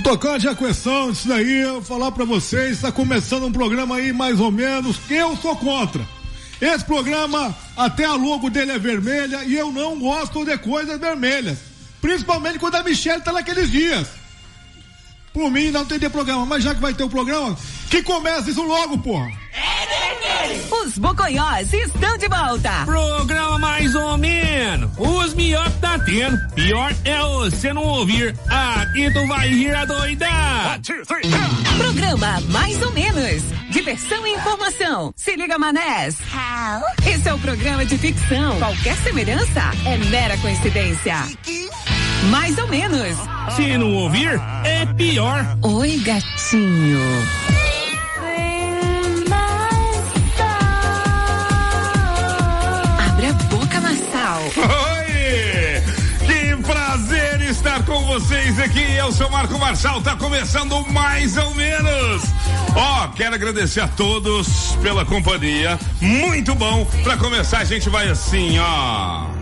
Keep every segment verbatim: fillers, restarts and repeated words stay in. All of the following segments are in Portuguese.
Tocante a questão disso daí, eu vou falar pra vocês, tá começando um programa aí mais ou menos, que eu sou contra. Esse programa, até a logo dele é vermelha e eu não gosto de coisas vermelhas. Principalmente quando a Michelle tá naqueles dias. Por mim não teria programa, mas já que vai ter o programa, que comece isso logo, porra. Os Bocoiós estão de volta. Programa mais ou menos. Os melhores que tá tendo. Pior é você não ouvir. Aqui tu vai rir a doidar. Programa mais ou menos. Diversão e informação. Se liga, manés. Esse é o programa de ficção. Qualquer semelhança é mera coincidência. Mais ou menos. Se não ouvir, é pior. Oi, gatinho. Abre a boca, Marçal. Oi! Que prazer estar com vocês aqui. Eu sou Marco Marçal. Tá começando mais ou menos. Ó, oh, quero agradecer a todos pela companhia. Muito bom. Pra começar, a gente vai assim, ó.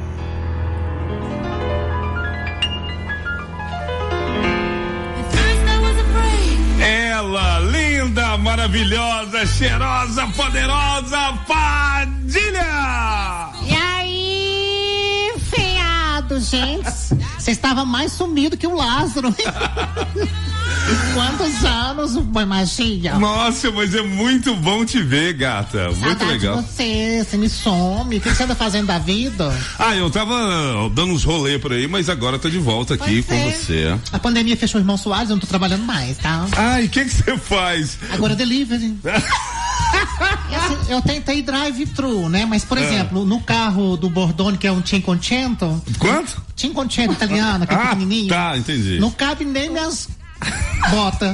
Ela, linda, maravilhosa, cheirosa, poderosa, Padilha! E aí, fiado, gente? Você estava mais sumido que o Lázaro. Quantos anos, foi magia? Nossa, mas é muito bom te ver, gata. Muito Saudade legal. De você, você me some. O que você anda fazendo da vida? Ah, eu tava dando uns rolê por aí, mas agora tô de volta aqui pois com é. você. A pandemia fechou o Irmão Soares, eu não tô trabalhando mais, tá? Ai, o que que você faz? Agora delivery. Assim, eu tentei drive-thru, né? Mas, por é. exemplo, no carro do Bordone, que é um Cinquecento. Quanto? Cinquecento italiano, aquele ah, pequenininho. Tá, entendi. Não cabe nem minhas botas.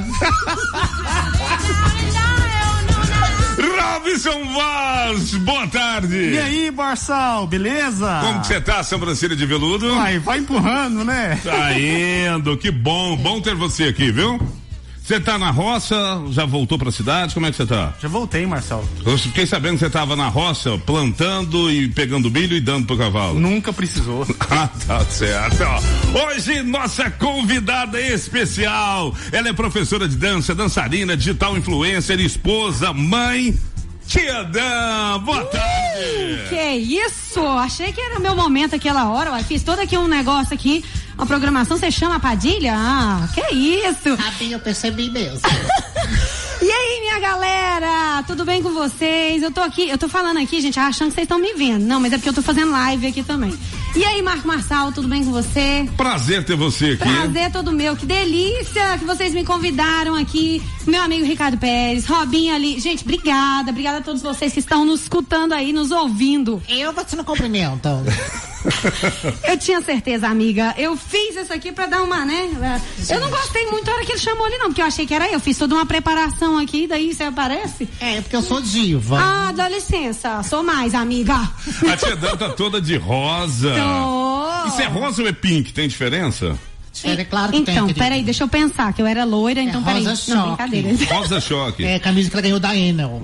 Robson Vaz, boa tarde. E aí, Marçal, beleza? Como que você tá, sobrancelha de veludo? Ai, vai empurrando, né? Tá indo, que bom, bom ter você aqui, viu? Você tá na roça, já voltou pra cidade, como é que você tá? Já voltei, Marcelo. Eu fiquei sabendo que você tava na roça, plantando e pegando milho e dando pro cavalo. Nunca precisou. Ah, tá certo. Hoje, nossa convidada especial, ela é professora de dança, dançarina, digital influencer, esposa, mãe, Tia Dan, boa tarde. Uh, que isso, achei que era meu momento aquela hora, eu fiz todo aqui um negócio aqui, uma programação, você chama a Padilha? Ah, que isso. Sabia, eu percebi mesmo. E aí, minha galera, tudo bem com vocês? Eu tô aqui, eu tô falando aqui, gente, achando que vocês estão me vendo. Não, mas é porque eu tô fazendo live aqui também. E aí, Marco Marçal, tudo bem com você? Prazer ter você aqui. Prazer todo meu, que delícia que vocês me convidaram aqui. Meu amigo Ricardo Pérez, Robinho ali. Gente, obrigada, obrigada a todos vocês que estão nos escutando aí, nos ouvindo. Eu vou te não cumprimento. Eu tinha certeza, amiga. Eu fiz isso aqui pra dar uma, né? Eu não gostei muito da hora que ele chamou ali, não, porque eu achei que era eu. Fiz toda uma preparação aqui, daí você aparece. É, porque eu sou diva. Ah, dá licença. Sou mais, amiga. A Tia Dan tá toda de rosa. Tô. Isso é rosa ou é pink? Tem diferença? É claro que então, tem, peraí, deixa eu pensar, que eu era loira, então é peraí. rosa choque. Não, brincadeira. Rosa choque. É, a camisa que ela ganhou da Enel.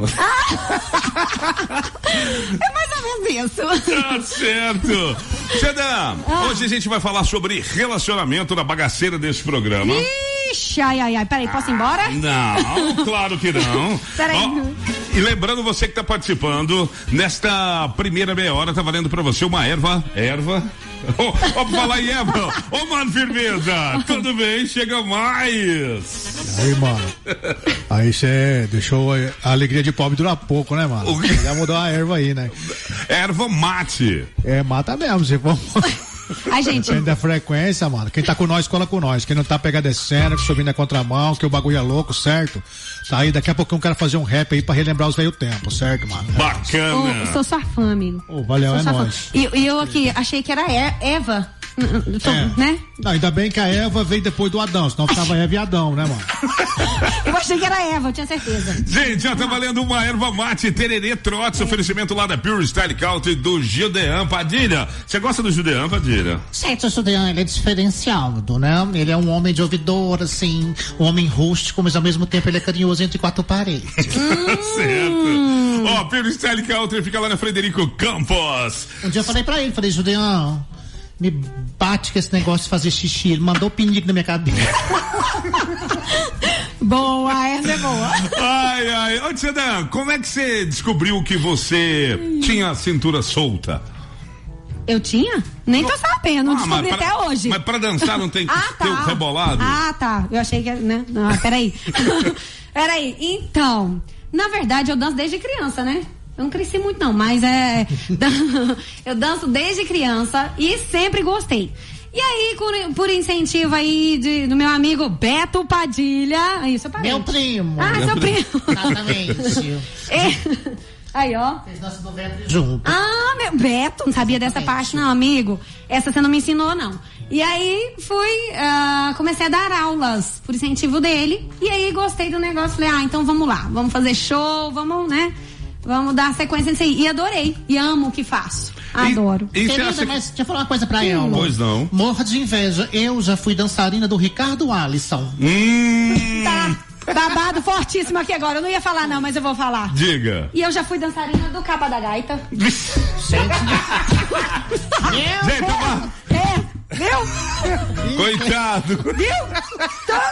É mais ou menos isso. Tá certo. Tia Dan, ah. hoje a gente vai falar sobre relacionamento na bagaceira desse programa. Ixi, ai, ai, ai, peraí, posso ir embora? Não, claro que não. Peraí. Oh, e lembrando você que tá participando, nesta primeira meia hora tá valendo pra você uma erva, erva, ó, oh, oh, pra falar em erva, ô oh, mano, firmeza, tudo bem, chega mais. Aí, mano, aí você deixou a alegria de pobre durar pouco, né, mano? Já mudou a erva aí, né? Erva mate. É, mata mesmo, se for... Ai, gente. Depende da frequência, mano. Quem tá com nós, cola com nós. Quem não tá, pega descendo, subindo na contramão, que o bagulho é louco, certo? Tá aí, daqui a pouco eu quero fazer um rap aí pra relembrar os velhos tempos, certo, mano? Bacana. Oh, sou sua fã, amigo. Oh, valeu, sou é nóis. E eu, eu aqui, achei que era Eva. Tô, é. Né? Não, ainda bem que a Eva veio depois do Adão, senão ficava Eva e Adão, né, mano? Eu achei que era Eva, eu tinha certeza. Gente, já tá valendo uma erva mate, tererê, trotes, é. oferecimento lá da Pure Style Country do Judean. Padilha, você gosta do Judean, Padilha? Gente, o Judean, ele é diferenciado, né? Ele é um homem de ouvidor, assim, um homem rústico, mas ao mesmo tempo ele é carinhoso entre quatro paredes. Certo. Ó, oh, Pure Style Country fica lá na Frederico Campos. Um dia eu falei pra ele, falei, Judean, me bate com esse negócio de fazer xixi. Ele mandou o pinico na minha cabeça. Boa, essa é boa. Ai, ai. Ô, Tchedan, como é que você descobriu que você hum. tinha a cintura solta? Eu tinha? Nem tô sabendo, não ah, descobri pra, até hoje. Mas pra dançar não tem que ah, ter tá. um rebolado? Ah, tá. Eu achei que, né? Não, peraí. Peraí. Então, na verdade, eu danço desde criança, né? Eu não cresci muito não, mas é... eu danço desde criança e sempre gostei. E aí, por, por incentivo aí de, do meu amigo Beto Padilha... Aí, seu parente. Meu primo. Ah, meu seu primo. Exatamente. É. Aí, ó. Vocês dançam do Beto junto. Ah, meu Beto, não sabia dessa parte não, amigo. Essa você não me ensinou, não. E aí, fui, uh, comecei a dar aulas por incentivo dele. E aí, gostei do negócio. Falei, ah, então vamos lá. Vamos fazer show, vamos, né? Vamos dar sequência nisso aí. E adorei. E amo o que faço. Adoro. E, e Querida, acha... mas deixa eu falar uma coisa pra ela. Pois não. Morra de inveja. Eu já fui dançarina do Ricardo Alisson. Hum. Tá. Babado fortíssimo aqui agora. Eu não ia falar não, mas eu vou falar. Diga. E eu já fui dançarina do Capa da Gaita. Gente. Gente, uma... É, viu? Coitado. Viu?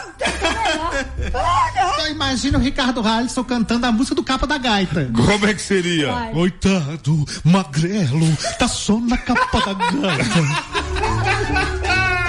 Então imagina o Ricardo Alisson cantando a música do Capa da Gaita. Como é que seria? Vai. Coitado, magrelo, tá só na capa da gaita.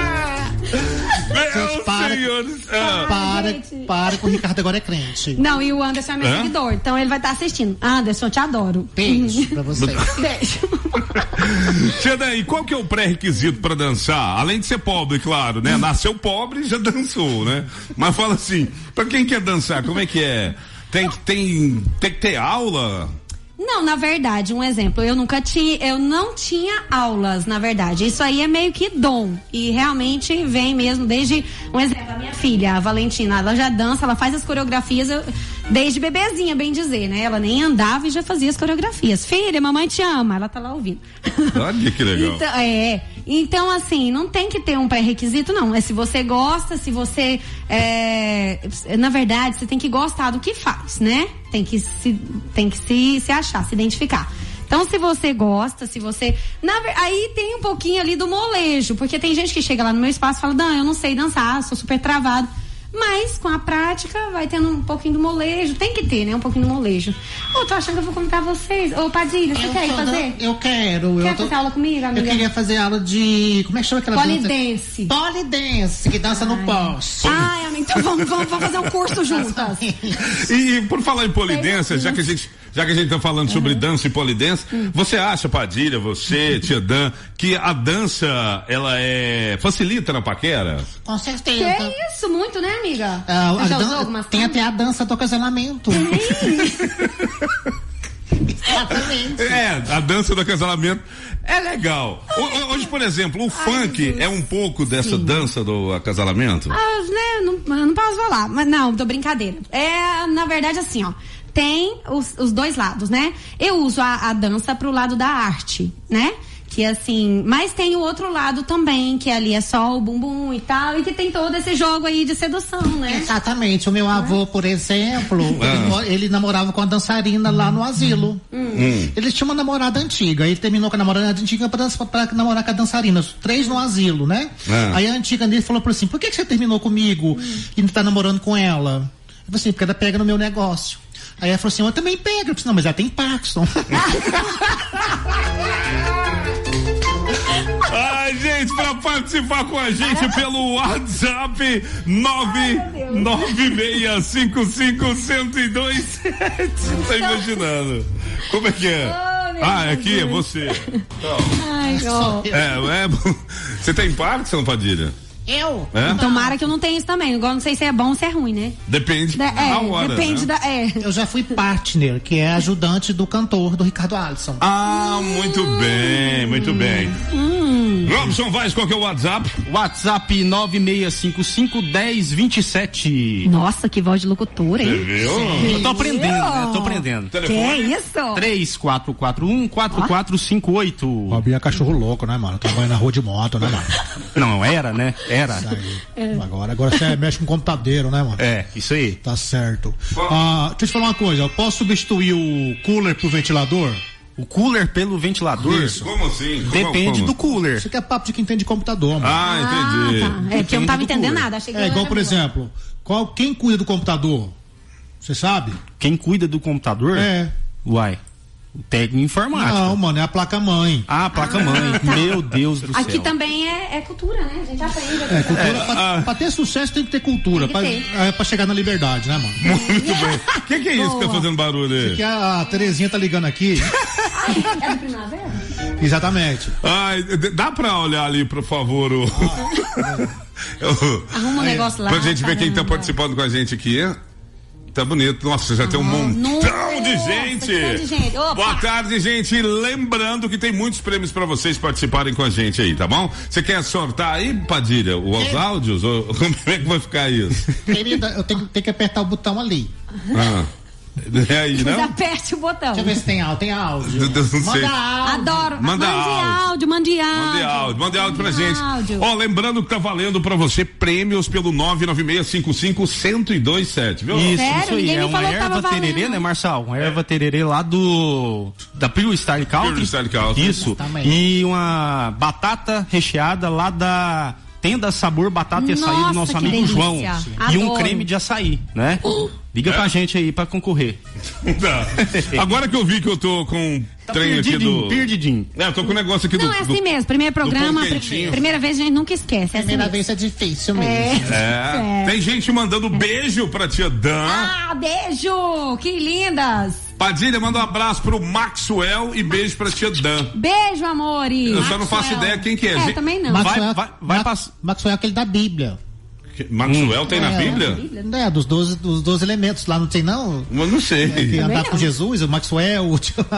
Meu para, senhor. Ah, para, para que o Ricardo agora é crente. Não, e o Anderson é meu Hã? seguidor, então ele vai estar assistindo. Anderson, eu te adoro. Beijo pra você. Beijo. Tchedan, e qual que é o pré-requisito pra dançar? Além de ser pobre, claro, né? Nasceu pobre e já dançou, né? Mas fala assim, pra quem quer dançar, como é que é? Tem que, tem, tem que ter aula? Não, na verdade, um exemplo, eu nunca tinha, eu não tinha aulas, na verdade. Isso aí é meio que dom. E realmente vem mesmo desde, um exemplo, a minha filha, a Valentina, ela já dança, ela faz as coreografias eu, desde bebezinha, bem dizer, né? Ela nem andava e já fazia as coreografias. Filha, mamãe te ama, ela tá lá ouvindo. Olha que legal. Então, é, então assim, não tem que ter um pré-requisito, não. É se você gosta, se você, é, na verdade, você tem que gostar do que faz, né? Tem que se, tem que se, se achar, se identificar. Então, se você gosta, se você... Na, aí tem um pouquinho ali do molejo, porque tem gente que chega lá no meu espaço e fala, não, eu não sei dançar, sou super travado. Mas, com a prática, vai tendo um pouquinho do molejo. Tem que ter, né? Um pouquinho do molejo. Ô, oh, tô achando que eu vou convidar vocês. Ô, oh, Padilha, você eu quer ir fazer? Dando, eu quero. Quer eu tô, fazer aula comigo, amiga? Eu queria fazer aula de... Como é que chama aquela Polidense. dança? Polidense, que dança Ai. no poste. Ai, amiga, então vamos, vamos, vamos fazer um curso juntas. E por falar em polidense, já que a gente... Já que a gente tá falando uhum. sobre dança e polidense, uhum. você acha, Padilha, você, Tchedan, que a dança, ela é, facilita na paquera? Com certeza. Que isso, muito, né, amiga? Ah, a dan- tem até a dança do acasalamento. Exatamente. É, a dança do acasalamento é legal. O, hoje, por exemplo, o Ai, funk Jesus. é um pouco dessa Sim. dança do acasalamento? Ah, né, não, não posso falar, mas não, tô brincadeira. É, na verdade, assim, ó. Tem os, os dois lados, né? Eu uso a, a dança pro lado da arte, né? Que assim, mas tem o outro lado também, que ali é só o bumbum e tal, e que tem todo esse jogo aí de sedução, né? Exatamente. O meu avô, por exemplo, ah. ele, ele namorava com a dançarina lá no asilo. Hum. Hum. Ele tinha uma namorada antiga, ele terminou com a namorada antiga pra, pra, pra namorar com a dançarina, três no asilo, né? Ah. Aí a antiga dele falou por assim, por que, que você terminou comigo hum. e não tá namorando com ela? Eu falei assim, porque ela pega no meu negócio. Aí ela falou assim, eu também pego. Eu disse, não, mas ela tem Parkinson. Ai, gente, pra participar com a gente pelo WhatsApp nove nove seis cinco cinco um zero dois sete. Tá imaginando? Como é que é? Oh, ah, aqui é você. Então, Ai, oh. é, é, você tem Parkinson, Padilha? Eu? É? Tomara que eu não tenha isso também. Igual não sei se é bom ou se é ruim, né? Depende da é, hora. Depende né? da. É. Eu já fui partner, que é ajudante do cantor do Ricardo Alisson. Ah, muito hum. bem, muito bem. Hum. Robson Vaz, qual que é o WhatsApp? WhatsApp nove seis cinco cinco, um zero dois sete. Nossa, que voz de locutor, hein? Você viu? Sim. Eu tô aprendendo, né? Eu tô aprendendo. Que é isso? três quatro quatro um, quatro quatro cinco oito. Robinho é cachorro louco, né, mano? Trabalha na rua de moto, né, mano? Não, era, né? Era. É. Agora, agora você mexe com computadeiro, né, mano? É, isso aí. Tá certo. Ah, deixa eu te falar uma coisa, eu posso substituir o cooler pro ventilador? O cooler pelo ventilador. Isso, como assim? Como, depende como? do cooler. Isso aqui é papo de quem entende de computador, mano. Ah, entendi. Ah, tá. É que eu não tava entendendo nada. Achei que É igual, era por boa. exemplo, qual, quem cuida do computador? Você sabe? Quem cuida do computador? É. Uai. O técnico informático. Não, mano, é a placa-mãe. Ah, a placa-mãe. Ah, tá. Meu Deus do Aqui céu. também é, é cultura, né? A gente aprende. É, cultura, É, pra, ah. pra ter sucesso tem que ter cultura, Tem que pra, é, pra chegar na liberdade, né, mano? Muito bem. O que, que é isso que tá fazendo barulho aí? Que a Terezinha tá ligando aqui. Ah, é do Primavera? Exatamente. Ai, d- dá pra olhar ali, por favor, o... Eu- Arruma um negócio lá. pra gente ver quem tá caramba. participando com a gente aqui. Tá bonito. Nossa, já tem um montão nossa, de gente. que tanto de gente. Opa. Boa tarde, gente. E lembrando que tem muitos prêmios pra vocês participarem com a gente aí, tá bom? Você quer sortar aí, Padilha, os áudios? Ou como é que vai ficar isso? Querida, eu tenho, tenho que apertar o botão ali. Ah. É aí, Mas não? aperte o botão. Deixa eu ver se tem áudio. Tem áudio. Eu não sei. Manda áudio. Adoro. Manda mande áudio. áudio, mande áudio. Mande áudio, mande áudio pra Mande gente. áudio. Ó, lembrando que tá valendo pra você prêmios pelo nove nove seis cinco cinco, um zero dois sete, viu? Isso, Sério? isso aí. Ninguém É me uma falou que tava erva tererê, valendo. né, Marçal? Uma erva tererê lá do. Da Pure Style Country. Pure Style Country. Isso. Exatamente. E uma batata recheada lá da Tenda Sabor Batata e Açaí do Nossa, nosso que amigo delícia. João. E um Adoro. creme de açaí, né? Liga É? pra gente aí pra concorrer. Tá. Agora que eu vi que eu tô com um Tá trem aqui perdidinho, do. perdidinho. É, eu tô com um negócio aqui do. Não, é assim do- mesmo. Primeiro programa, pão pri- quentinho. primeira vez a gente nunca esquece. É assim Primeira mesmo. vez é difícil É. mesmo. É. Tem gente mandando beijo pra tia Dan. Ah, beijo! Que lindas! Padilha, manda um abraço pro Maxwell e beijo pra tia Dan. Beijo, amores! Eu só não faço ideia quem que é. É, Gente- também não. Vai- Maxwell, vai- vai Ma- pass- Maxwell é aquele da Bíblia. Maxwell tem na É, Bíblia? É, dos doze, dos doze elementos lá, não tem não? Eu não sei. Que andar não. com Jesus, o Maxwell, o Tiago.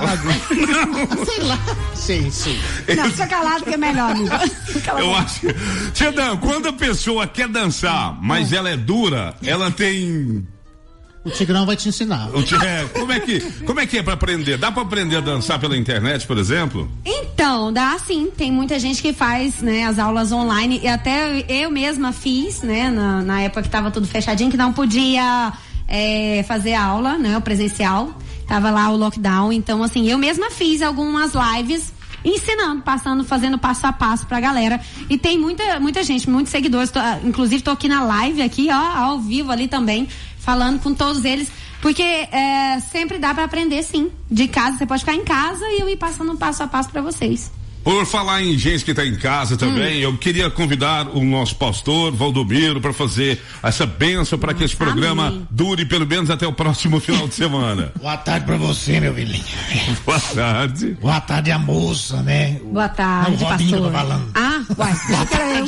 Sei lá. Sim, sim. Não, fica calado que é melhor, amigo. Cala a Eu boca. acho. Tia Dan, quando a pessoa quer dançar, mas ela é dura, ela tem. O Tigrão vai te ensinar. o ti- é, como, é que, como é que é pra aprender? Dá pra aprender a dançar pela internet, por exemplo? Então, dá sim. Tem muita gente que faz, né, as aulas online. E até eu mesma fiz, né, na, na época que tava tudo fechadinho, que não podia é, fazer aula, né, o presencial. Tava lá o lockdown. Então, assim, eu mesma fiz algumas lives ensinando, passando, fazendo passo a passo pra galera. E tem muita, muita gente, muitos seguidores. Tô, ah, inclusive, tô aqui na live, aqui, ó, ao vivo ali também, falando com todos eles. Porque é, sempre dá pra aprender, sim. De casa, você pode ficar em casa e eu ir passando um passo a passo pra vocês. Por falar em gente que tá em casa também, eu queria convidar o nosso pastor Valdomiro para fazer essa bênção para que esse programa amém. dure pelo menos até o próximo final de semana. Boa tarde pra você, meu filhinho. Boa tarde. Boa tarde, a moça, né? Boa tarde, Não, o Robinho pastor. que eu tô falando. Ah, uai, deixa que era eu.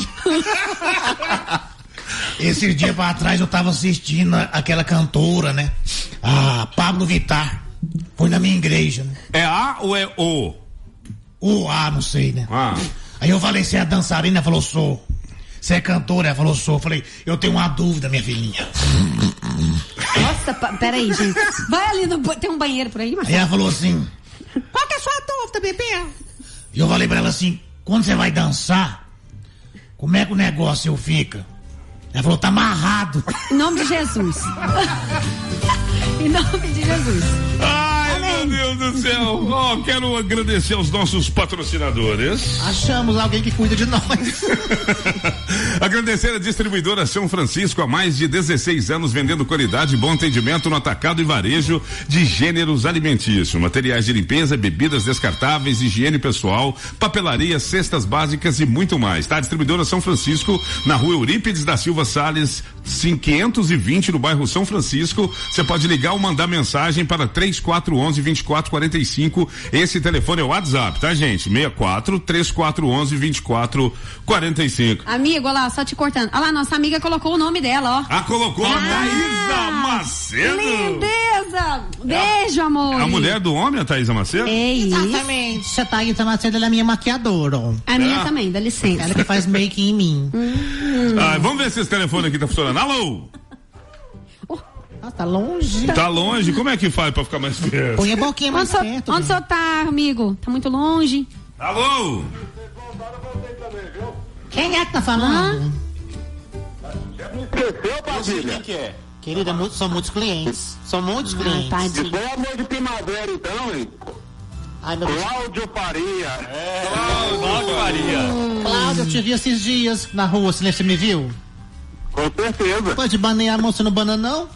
Esses dias pra trás eu tava assistindo aquela cantora, né? A Pablo Vittar. Foi na minha igreja, né? É A ou é O? O A, não sei, né? Ah. Aí eu falei, você é dançarina? Ela falou, sou. Você é cantora? Ela falou, sou. Eu falei, eu tenho uma dúvida, minha filhinha. Nossa, pa- peraí, gente. Vai ali, no, ba- tem um banheiro por aí, Aí Marcelo? ela falou assim, Qual que é a sua dúvida, bebê? e eu falei pra ela assim, quando você vai dançar, como é que o negócio fica? Ela falou, tá amarrado. Em nome de Jesus. Em nome de Jesus. Ai, meu Deus do céu. Ó, quero agradecer aos nossos patrocinadores. Achamos alguém que cuida de nós. Agradecer a distribuidora São Francisco, há mais de dezesseis anos vendendo qualidade e bom atendimento no atacado e varejo de gêneros alimentícios, materiais de limpeza, bebidas descartáveis, higiene pessoal, papelaria, cestas básicas e muito mais. Tá? A distribuidora São Francisco, na rua Eurípides da Silva Salles, quinhentos e vinte, no bairro São Francisco. Você pode ligar ou mandar mensagem para três quatro um um, dois quatro quatro cinco. Esse telefone é o WhatsApp, tá, gente? seis quatro, três quatro um um, dois quatro quatro cinco. Amigo, olha lá, só te cortando. Olha lá, nossa amiga colocou o nome dela, ó. Ah, colocou a Thaísa Macedo. Lindeza! Beijo, amor. A mulher do homem, a Thaísa Macedo? É isso. Exatamente. Você tá aí, Macedo, ela é minha maquiadora. Ó. A minha Ah. também, dá licença. Ela que faz make em mim. Ah, vamos ver se esse telefone aqui tá funcionando. Alô? Ah, tá longe. Tá longe? Como é que faz pra ficar mais perto? Põe a boquinha Onde mais o senhor- perto. onde o senhor tá, amigo? Tá muito longe? Alô? Quem é que tá falando? Quem que é? Querida, muito- são muitos clientes. São muitos Ah, clientes. tadinho. Foi amor de primavera então, hein? Ai, meu Deus. Cláudio Faria. É, Cláudio Faria. Cláudio, eu te vi esses dias na rua, você me viu? Com certeza. Pode banear a moça no bananão?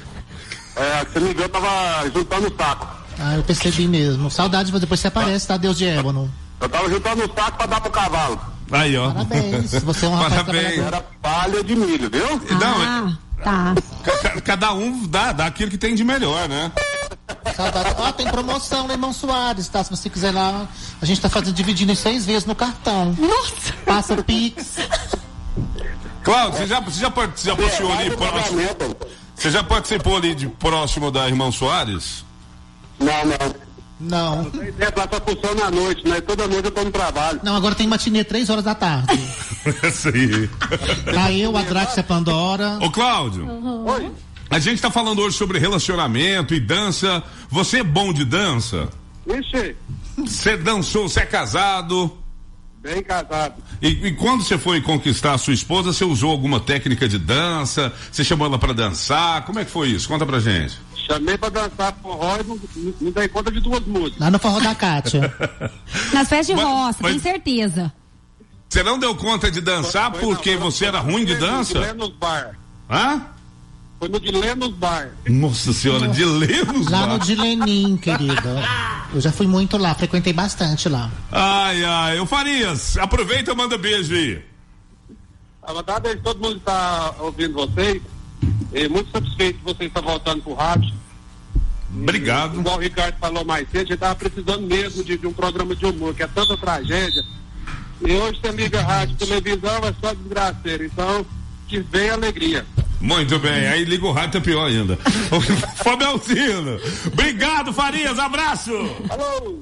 É, você me viu, eu tava juntando o saco. Ah, eu percebi mesmo. Saudades, mas depois você aparece, tá? Deus de ébano. Eu tava juntando o saco pra dar pro cavalo. Aí, ó. Parabéns. Você é um rapaz Parabéns. Era palha de milho, viu? Ah, tá. Ca- Cada um dá, dá aquilo que tem de melhor, né? Saudades. Ó, tem promoção no Irmão Soares, tá? Se você quiser lá, a gente tá fazendo, dividindo em seis vezes no cartão. Nossa! Passa Pix. Cláudio, você já, você já, part- já participou ali próximo? Você já participou ali de próximo da Irmão Soares? Não, não. Não. É, lá só funciona à noite, né? Toda noite eu tô no trabalho. Não, agora tem matinê três horas da tarde. Essa aí. Tá eu, a Drax e a Pandora. Ô, Cláudio. Oi. A gente tá falando hoje sobre relacionamento e dança. Você é bom de dança? Ixi, Você dançou, você é casado? bem casado. E, e quando você foi conquistar a sua esposa, você usou alguma técnica de dança? Você chamou ela pra dançar? Como é que foi isso? Conta pra gente. Chamei pra dançar forró e não, não, não dei conta de duas músicas. Lá no forró da Kátia. Nas festas de Mas- roça, mas- tenho certeza. Você não deu conta de dançar Foi porque na- você era ruim de foi no dança? Lenos Bar. Hã? Foi no de Lenos Bar. Nossa senhora, de Lemos. Lá no Dilenim, querida. Eu já fui muito lá, frequentei bastante lá. Ai, ai. Ô Farias, aproveita e manda beijo aí. A verdade é que todo mundo está ouvindo vocês. E muito satisfeito que vocês estão voltando pro rádio. Obrigado. Igual o Ricardo falou mais cedo, a gente estava precisando mesmo de, de um programa de humor, que é tanta tragédia. E hoje tem amiga rádio, televisão, é só desgraceira. Então, que venha alegria. Muito bem, aí liga o rádio, tá pior ainda. Fábio Alcino. Obrigado, Farias, abraço. Alô!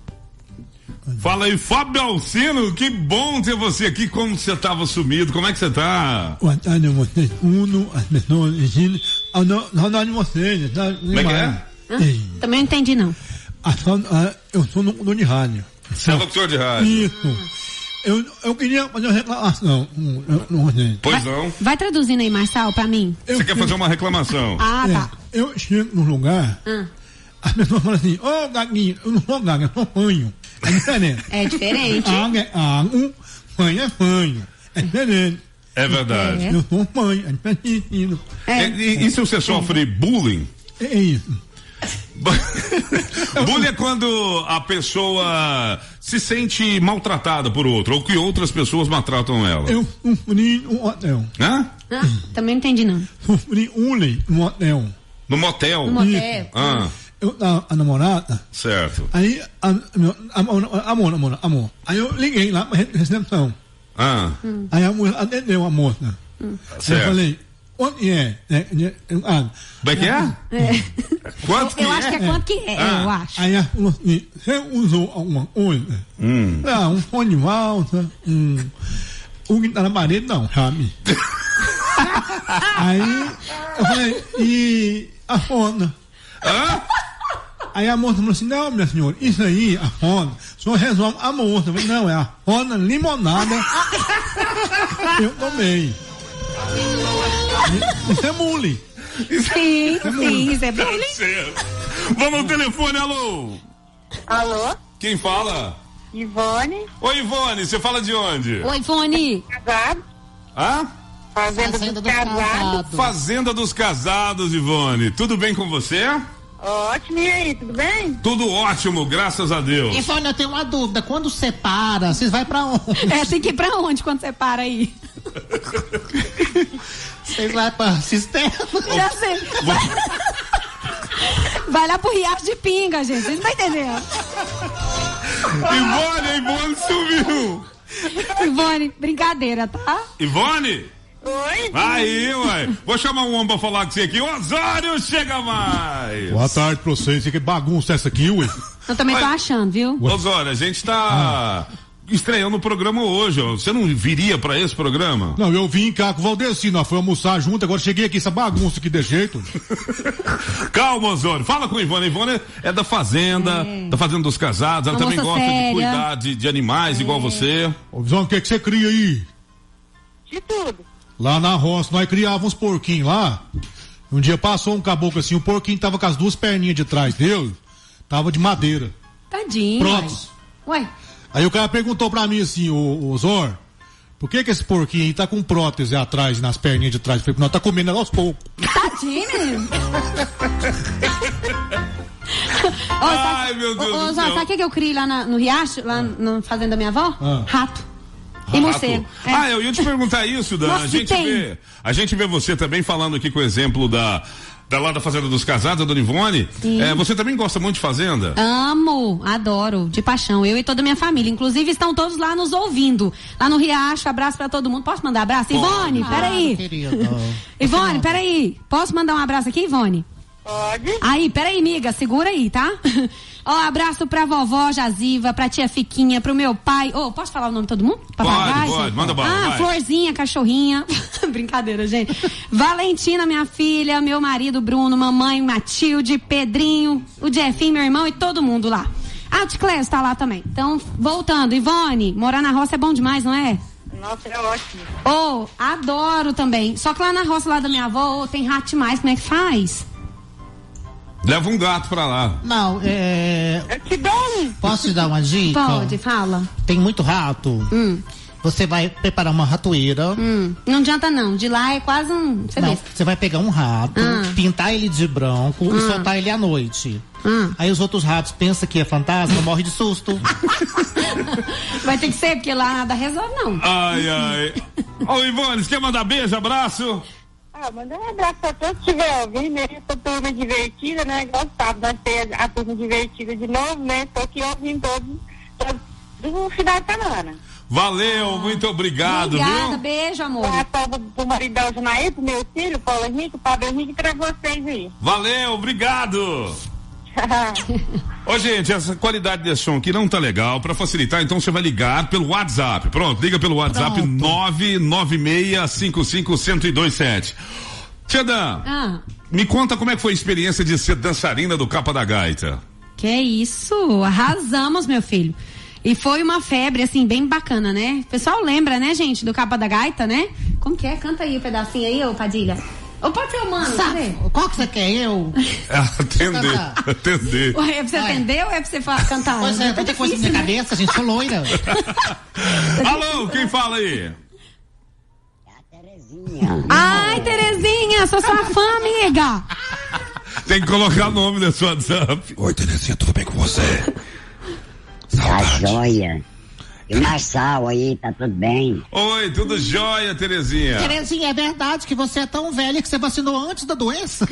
Fala aí, Fábio Alcino, que bom ter você aqui, como você tava sumido, como é que você tá? Boa tarde a vocês. Uno, as pessoas dizendo. Ah, não, não, não de vocês, tá? Como é que é? Também não entendi, não. Ah, só, ah, eu sou no de rádio. Você é locutor de rádio? Isso. Eu, eu queria fazer uma reclamação. Hum, eu- não sei. Pois não. Vai traduzindo aí, Marçal, pra mim. Eu Você quer fazer uma reclamação? Ah, É, tá. eu chego num lugar, Ah, as pessoas falam assim, ô oh, gaguinho, eu não sou gaga, eu sou fanho. É diferente. é diferente. Água é água, fanho é fanho. É diferente. É verdade. É. Eu sou fanho, é diferente. É. E, e se você sofre bullying? É isso. Bullying é quando a pessoa se sente maltratada por outro, ou que outras pessoas maltratam ela. Eu sofri um hotel. Hã? Ah, também não entendi, não. Sofri bullying no hotel. No motel. No motel. Ah, Eu tava a namorada, certo. aí, a, a, amor, amor, amor, amor. Aí eu liguei lá pra recepção. Ah, Aí a moça atendeu a moça. Aí eu certo. falei, onde é? é, é, é ah, Como é que é? É. Quanto que Eu acho que é quanto que é, Ah. eu acho. Aí ela falou assim, você usou alguma coisa? Hum. Ah, um fone de valsa, um, um que tá na parede, não, sabe? Aí eu falei, e a foda? Hã? Aí a moça falou assim, não, minha senhora, isso aí, a foda, o senhor resolve a moça. Eu falei, não, é a foda limonada. Eu tomei. Isso é bullying. Sim, sim, isso é bem. Certo. Vamos ao telefone, alô? Alô, Quem fala? Ivone, Oi, Ivone, você fala de onde? Oi, Fone. casado, Hã? fazenda, Fazenda dos dos casados. Casados. Fazenda dos Casados, Ivone. Tudo bem com você? Ótimo, e aí, tudo bem? Tudo ótimo, graças a Deus. E Fone, eu tenho uma dúvida. Quando separa, vocês vai pra onde? É, tem que ir pra onde quando você para aí? Vocês vai pra cisterna? Já sei. Vai lá pro Riacho de Pinga, gente. Vocês não estão entendendo. Ivone, a Ivone sumiu. Ivone, brincadeira, tá? Ivone? Oi? Aí, ué. Vou chamar um homem pra falar com você aqui. Osório, chega mais. Boa tarde pra vocês, que bagunça é essa aqui, ué? Eu também tô Oi. achando, viu? Osório, a gente tá estreando o programa hoje, ó. Você não viria pra esse programa? Não, eu vim cá com o Valdeci, nós fomos almoçar junto, agora cheguei aqui, essa bagunça aqui de jeito. Calma, Osório. Fala com a Ivone. A Ivone é da Fazenda, É. da Fazenda dos Casados. Ela Uma também moça gosta de séria. cuidar de, de animais, igual você. Ô, Visão, o que que você cria aí? De tudo. Lá na roça, nós criávamos uns porquinhos lá. Um dia passou um caboclo assim, o porquinho tava com as duas perninhas de trás dele, tava de madeira. Tadinho. Prontos. Ué. Aí o cara perguntou pra mim assim, o, o Zor, por que que esse porquinho aí tá com prótese atrás, nas perninhas de trás? Eu falei, não, tá comendo aos poucos. Tadinho, menino. Ô, Ai, sabe, meu Deus ô, ô, do Zó, céu. sabe o que, que eu criei lá na, no Riacho, lá na fazenda da minha avó? Ah. Rato. E morcego. É. Ah, eu ia te perguntar isso, Dan. Nossa, a gente tem. vê, a gente vê você também falando aqui com o exemplo da, da lá da Fazenda dos Casados, a Dona Ivone. É, você também gosta muito de fazenda? Amo, adoro, de paixão. Eu e toda a minha família. Inclusive, estão todos lá nos ouvindo. Lá no Riacho, abraço pra todo mundo. Posso mandar abraço? Pode. Ivone, peraí. Ivone, peraí. Posso mandar um abraço aqui, Ivone? Pode. Aí, peraí, amiga, segura aí, tá? Ó, abraço pra vovó Jaziva, pra tia Fiquinha, pro meu pai. Ô, oh, posso falar o nome de todo mundo? Pode, pode, manda bala, Ah, vai. Florzinha, cachorrinha. Brincadeira, gente. Valentina, minha filha, meu marido Bruno, mamãe Matilde, Pedrinho, o Jefinho, meu irmão e todo mundo lá. Ah, o Ticlés tá lá também. Então, voltando, Ivone, morar na roça é bom demais, não é? Nossa, é ótimo. Ô, oh, adoro também. Só que lá na roça lá da minha avó, oh, tem rato demais, como é que faz? Leva um gato pra lá. Não, é. Eu te dou um. Posso te dar uma dica? Pode, fala. Tem muito rato. Hum. Você vai preparar uma ratoeira. Hum, não adianta não, de lá é quase um... Você Não, vê. você vai pegar um rato, Ah. pintar ele de branco e soltar ele à noite. Ah. Aí os outros ratos pensam que é fantasma, morre de susto. Vai ter que ser, porque lá nada resolve não. Ai, ai. Ô, Ivone, você quer mandar beijo, abraço? Ah, manda um abraço pra todos que estiver ouvindo, né? Essa turma divertida, né? Gostava, nós temos a turma divertida de novo, né? Tô aqui ouvindo todos, todos no final de semana. Valeu, muito obrigado, Obrigada, viu? beijo, amor. Um abraço pro, pro maridão Junaí, pro meu filho, Paulo Henrique, Pablo Henrique, pra vocês aí. Valeu, obrigado. Ô, gente, essa qualidade de som aqui não tá legal. Pra facilitar, então você vai ligar pelo WhatsApp. Pronto, liga pelo WhatsApp Pronto. nove nove seis cinco cinco um zero dois sete. Tia Dan, Ah, me conta como é que foi a experiência de ser dançarina do Capa da Gaita. que isso, arrasamos, meu filho. E foi uma febre, assim, bem bacana, né? O pessoal lembra, né, gente, do Capa da Gaita, né? Como que é? Canta aí o um pedacinho aí, ô Padilha. Ou pode ser o mano, cadê? Qual que você quer? Eu? Atender, atender. Ué, é pra você Ué. atender ou é pra você fa- cantar? Pois é, Tá tanta coisa na minha difícil, né? cabeça, gente, sou loira. Alô, quem fala aí? Ai, Terezinha, sou sua fã, amiga. Tem que colocar o nome no seu WhatsApp. Oi, Terezinha, tudo bem com você? Tá joia. E o Marçal aí, tá tudo bem? Oi, tudo jóia, Terezinha? Terezinha, é verdade que você é tão velha que você vacinou antes da doença?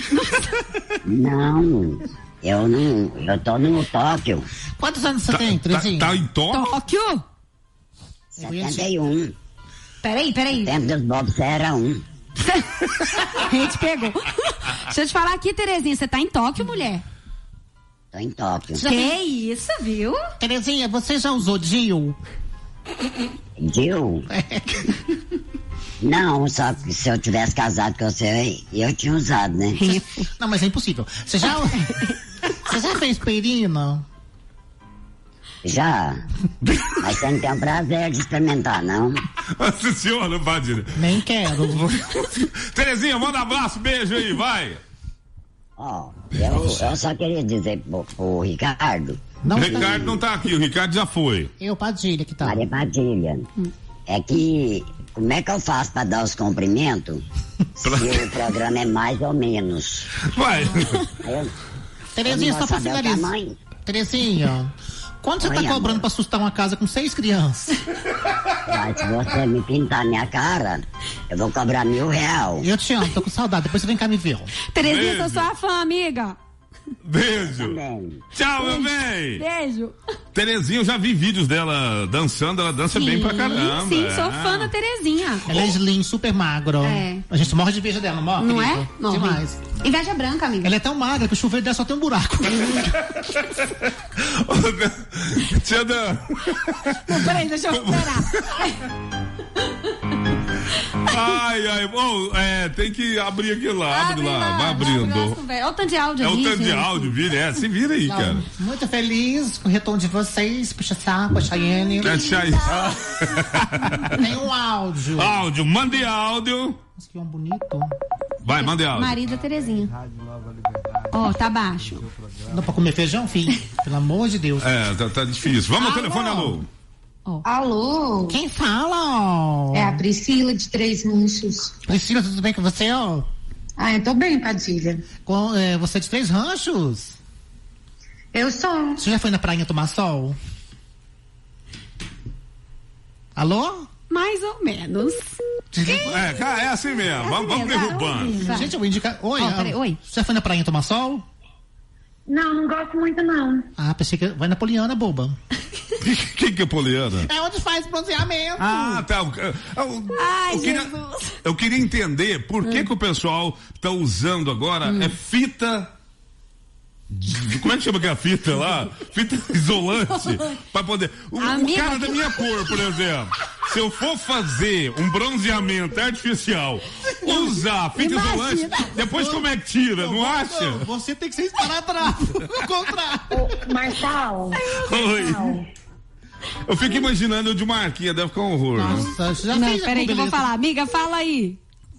Não, eu não, eu tô no Tóquio, Quantos anos você tem, Terezinha? Tá, tá em Tóquio? Tóquio. setenta e um. Peraí, peraí. Tempo dos Bob você era um. A gente pegou. Deixa eu te falar aqui, Terezinha, você tá em Tóquio, mulher? Tô em Tóquio. Já Que tem- isso, viu? Terezinha, você já usou D I U? Jill? Não, só que se eu tivesse casado com você, eu tinha usado, né? Não, mas é impossível. Você já. Você já fez perina? Já. Mas você não tem o prazer de experimentar, não? Nossa senhora, Padilha. Nem quero. Terezinha, manda um abraço, beijo aí, vai. Ó, eu, eu só queria dizer pro, pro Ricardo, Não O Ricardo não tá aqui, o Ricardo já foi. Eu, Padilha, que tá. Maria Padilha, é que como é que eu faço pra dar os cumprimentos se o programa é mais ou menos? Vai. Aí eu, Terezinha, eu só não pra vou saber o finalizar. tamanho. Terezinha, quanto você Oi, tá amor. cobrando pra assustar uma casa com seis crianças? Mas se você me pintar minha cara, eu vou cobrar mil real. Eu te amo, tô com saudade. Depois você vem cá me ver. Terezinha, Beijo. sou sua fã, amiga. Beijo. Também. Tchau, meu bem. Beijo. Terezinha, eu já vi vídeos dela dançando, ela dança bem pra caramba. Sim, sou é. fã da Terezinha. Ela é slim, super magro. É. A gente morre de inveja dela, não morre? Não querido? é? Não. Demais. Inveja branca, amiga. Ela é tão magra que o chuveiro dela só tem um buraco. Tia Dan. Não, peraí, deixa eu esperar. Ai, ai, bom, é, tem que abrir aquilo lá, abre Abre lá, vai abrindo. Olha o tanto de áudio É o ali, tanto de gente. áudio, vira, é, se vira aí, cara. Muito feliz com o retorno de vocês. Puxa saco, a Chayenne. Deixa aí. Tem um áudio. Áudio, mande áudio. Nossa, que um bonito. Vai, mande áudio. Marido da Terezinha. Rádio Nova Liberdade. Ó, oh, tá baixo. Não pra comer feijão, filho? Pelo amor de Deus. É, tá, tá difícil. Vamos ao telefone, alô. Oh. Alô? Quem fala? É a Priscila de Três Ranchos. Priscila, tudo bem com você, ó? Ah, eu tô bem, Padilha. Com, é, você é de Três Ranchos? Eu sou. Você já foi na praia tomar sol? Alô? Mais ou menos. É, cara, é assim mesmo. É vamos, vamos derrubando. Gente, eu vou indicar. Oi, oh, peraí, oi. Você já foi na praia tomar sol? Não, não gosto muito, não. Ah, pensei que vai na Poliana, boba. Quem que é Poliana? É onde faz bronzeamento. Ah, tá. Eu, eu, Ai, eu, queria, Jesus. eu queria entender por que, hum. que o pessoal tá usando agora hum. é fita. Como é que chama aquela fita lá? Fita isolante. Pra poder. O, o cara da minha cor, por exemplo. Se eu for fazer um bronzeamento artificial, usar fita Imagina. isolante, depois como é que tira? Não, não acha? Não, você tem que ser esparadrapo. No contrário. Marçal. Oi. Eu fico imaginando o de Marquinha, deve ficar um horror. Nossa, né? já Não, fez peraí que eu vou falar. Amiga, fala aí.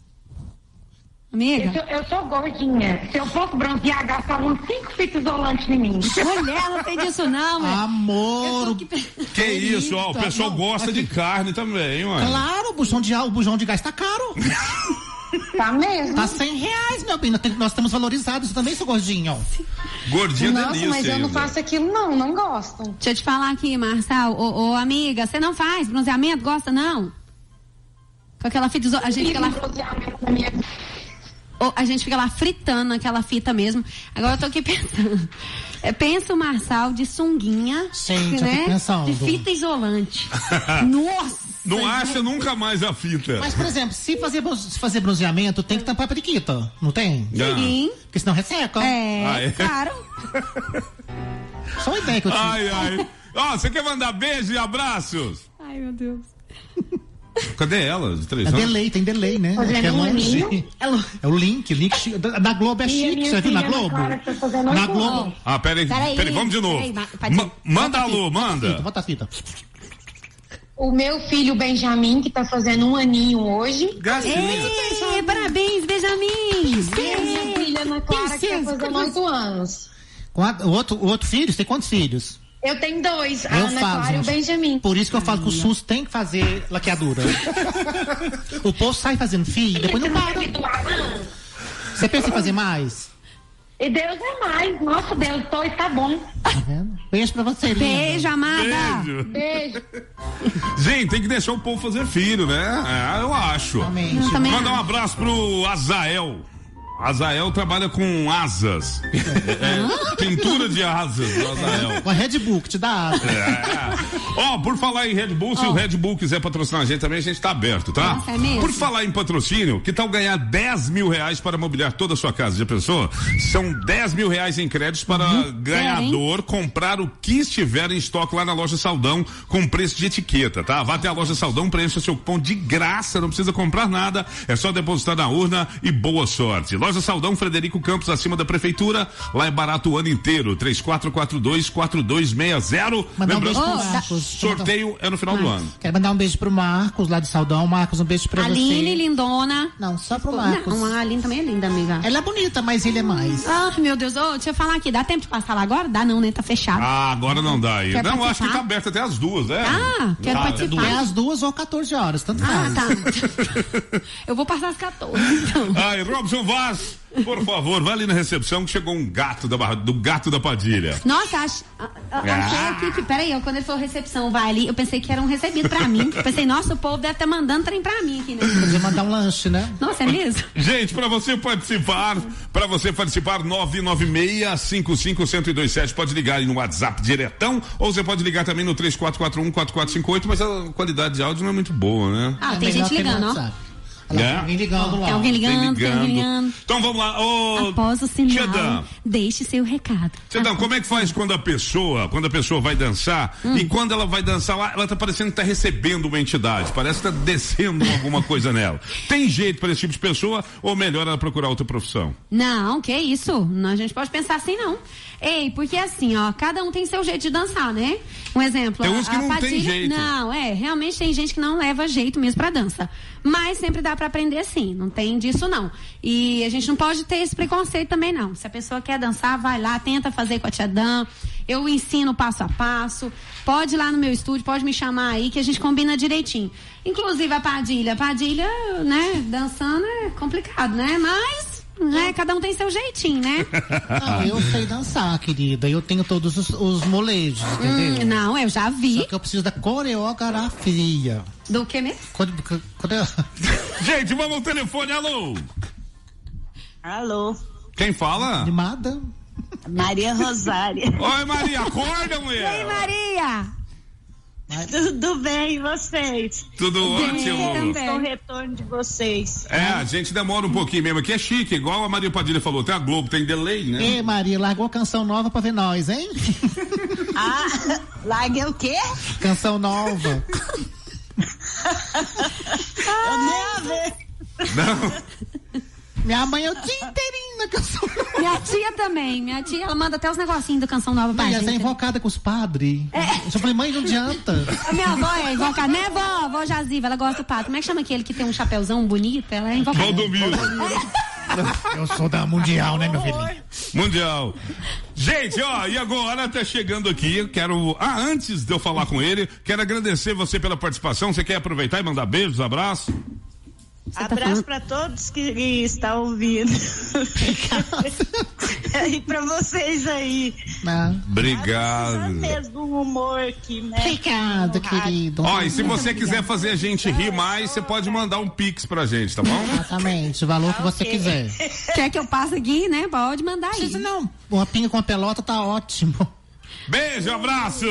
Amiga? Eu sou, eu sou gordinha. Se eu fosse bronzear, gastava uns cinco fitas isolantes em mim. Mulher, não tem disso não, meu. Amor. Que... que isso, ó. O pessoal não, gosta aqui... de carne também, ué. Claro, o bujão de, o bujão de gás tá caro. Tá mesmo? Tá cem reais, meu bem. Nós estamos valorizados. Eu também sou gordinho. Gordinho Nossa, delícia. mas eu ainda. não faço aquilo, não. Não gosto. Deixa eu te falar aqui, Marçal. Ô, ô amiga, você não faz bronzeamento? Gosta, não? Com aquela fita isolante. A gente fica lá... bronzeamento na minha... Oh, a gente fica lá fritando aquela fita mesmo. Agora eu tô aqui pensando. É, pensa o Marçal de sunguinha, gente, né? Pensando. De fita isolante. Nossa! Não acha Deus. Nunca mais a fita. Mas, por exemplo, se fazer, se fazer bronzeamento, tem que tampar a periquita, não tem? Sim. Porque senão resseca. É, ah, é? Claro. Só uma ideia que eu tive. Ai, ai. Ó, oh, você quer mandar beijo e abraços? Ai, meu Deus. Cadê ela? De três é delay, tem delay, né? É, é longe. É o link, link da, da Globo é chique, você viu na Globo? Na Globo. Ah, peraí, peraí, peraí, vamos de novo. Peraí, Ma manda alô, manda. Bota a fita. O meu filho Benjamin, que tá fazendo um aninho hoje. Ei, parabéns, Benjamin. E a minha filha Ana Clara, que tá fazendo oito anos. O outro, o outro filho? Você tem quantos filhos? Eu tenho dois, a eu Ana falo, Clara e o Benjamin. Por isso que eu falo que o SUS tem que fazer laqueadura. O povo sai fazendo filho, depois não para. Você pensa em fazer mais? E Deus é mais. Nossa, Deus, dois tá bom. Tá vendo? Beijo pra você, linda. Beijo, amada. Beijo. Beijo. Gente, tem que deixar o povo fazer filho, né? É, eu acho. Mandar um abraço pro Azael. Azael trabalha com asas. É, pintura de asas, Azael. Com a Red Bull, que te dá asa. É. Ó, por falar em Red Bull, se oh. o Red Bull quiser patrocinar a gente também, a gente tá aberto, tá? Nossa, é mesmo? Por falar em patrocínio, que tal ganhar dez mil reais para mobiliar toda a sua casa? Já pensou? São dez mil reais em créditos para uhum. ganhador é, comprar o que estiver em estoque lá na loja Saldão com preço de etiqueta, tá? Vá até a loja Saldão, preencha seu cupom de graça, não precisa comprar nada, é só depositar na urna e boa sorte. Loja Saldão, Frederico Campos, acima da prefeitura. Lá é barato o ano inteiro. três quatro quatro dois, quatro dois seis zero. Lembrando que o sorteio é no final Marcos. do ano. Quero mandar um beijo pro Marcos, lá de Saldão. Marcos, um beijo pra Aline, você. Aline, lindona. Não, só pro Marcos. Não, a Aline também é linda, amiga. Ela é bonita, mas ele é mais. Ah, meu Deus. Oh, deixa eu falar aqui. Dá tempo de passar lá agora? Dá não, né? Tá fechado. Ah, agora não dá aí. Quer não, participar? acho que tá aberto até as duas, é? Ah, quero ah, participar. É às duas ou quatorze horas, tanto ah, faz. tá. Eu vou passar às quatorze, então. Ai, Robson Vaz, por favor, vai ali na recepção que chegou um gato da barra, do gato da Padilha. Nossa, ach, a, a, ah. achei aqui que, peraí, eu, quando ele falou recepção, vai ali, eu pensei que era um recebido pra mim. Eu pensei, nossa, o povo deve estar mandando trem pra mim aqui, né? Podia mandar um lanche, né? Nossa, é mesmo? Gente, pra você participar, pra você participar, nove nove seis, cinco cinco, um zero dois sete, pode ligar aí no WhatsApp diretão, ou você pode ligar também no três quatro quatro um, quatro quatro cinco oito, mas a qualidade de áudio não é muito boa, né? Ah, é tem gente ligando, ó. Lá, é? Tem alguém ligando lá. Tem alguém ligando, tem, ligando. tem alguém ligando. Então vamos lá. Oh, após o sinal, Tchedã. deixe seu recado. Tchedã, como é que faz quando a pessoa, quando a pessoa vai dançar, hum. e quando ela vai dançar lá, ela tá parecendo que tá recebendo uma entidade, parece que tá descendo alguma coisa nela. Tem jeito para esse tipo de pessoa, ou melhor ela procurar outra profissão? Não, que isso, não, a gente pode pensar assim não. Ei, porque assim, ó, cada um tem seu jeito de dançar, né? Um exemplo, tem uns que a não Padilha, tem jeito. Não, é, realmente tem gente que não leva jeito mesmo pra dança. Mas sempre dá pra aprender sim, não tem disso não. E a gente não pode ter esse preconceito também não. Se a pessoa quer dançar, vai lá, tenta fazer com a tia Dan. Eu ensino passo a passo. Pode ir lá no meu estúdio, pode me chamar aí que a gente combina direitinho. Inclusive a Padilha. A Padilha, né, dançando é complicado, né? Mas, né, cada um tem seu jeitinho, né? Não, eu sei dançar, querida. Eu tenho todos os, os molejos, entendeu? Hum, não, eu já vi. Só que eu preciso da coreografia. Do que mesmo? Core... Core... Gente, vamos ao telefone, alô? Alô? Quem fala? Animada? Maria Rosária. Oi, Maria, acorda, mulher. Oi, Maria. Tudo bem, e vocês? Tudo ótimo. Com o retorno de vocês. É, a gente demora um pouquinho mesmo, aqui é chique, igual a Maria Padilha falou, tem a Globo, tem delay, né? Ei, Maria, largou canção nova pra ver nós, hein? Ah, larguei o quê? Canção nova. Eu nem a ver. Não. Minha mãe é o dia inteirinho na canção nova. Minha tia também. Minha tia, ela manda até os negocinhos da canção nova pra Mãe, gente. essa é invocada com os padres. É. Eu falei, mãe, não adianta. A minha avó é invocada, né, vó? Vó Jaziva, ela gosta do pato. Como é que chama aquele que tem um chapéuzão bonito? Ela é invocada. Valdomiro. Eu sou da Mundial, né, meu filho? Mundial. Gente, ó, e agora tá chegando aqui, eu quero, ah, antes de eu falar com ele, quero agradecer você pela participação, você quer aproveitar e mandar beijos, abraços? Tá abraço para todos que estão ouvindo. E para vocês aí. Não. Obrigado. Mesmo um humor aqui, né? Obrigado, querido. Ó, e se você quiser fazer a gente rir mais, você pode mandar um pix pra gente, tá bom? Exatamente, o valor que você quiser. Quer que eu passe aqui, né? Pode mandar aí. Não, uma pinga com a pelota tá ótimo. Beijo, abraço.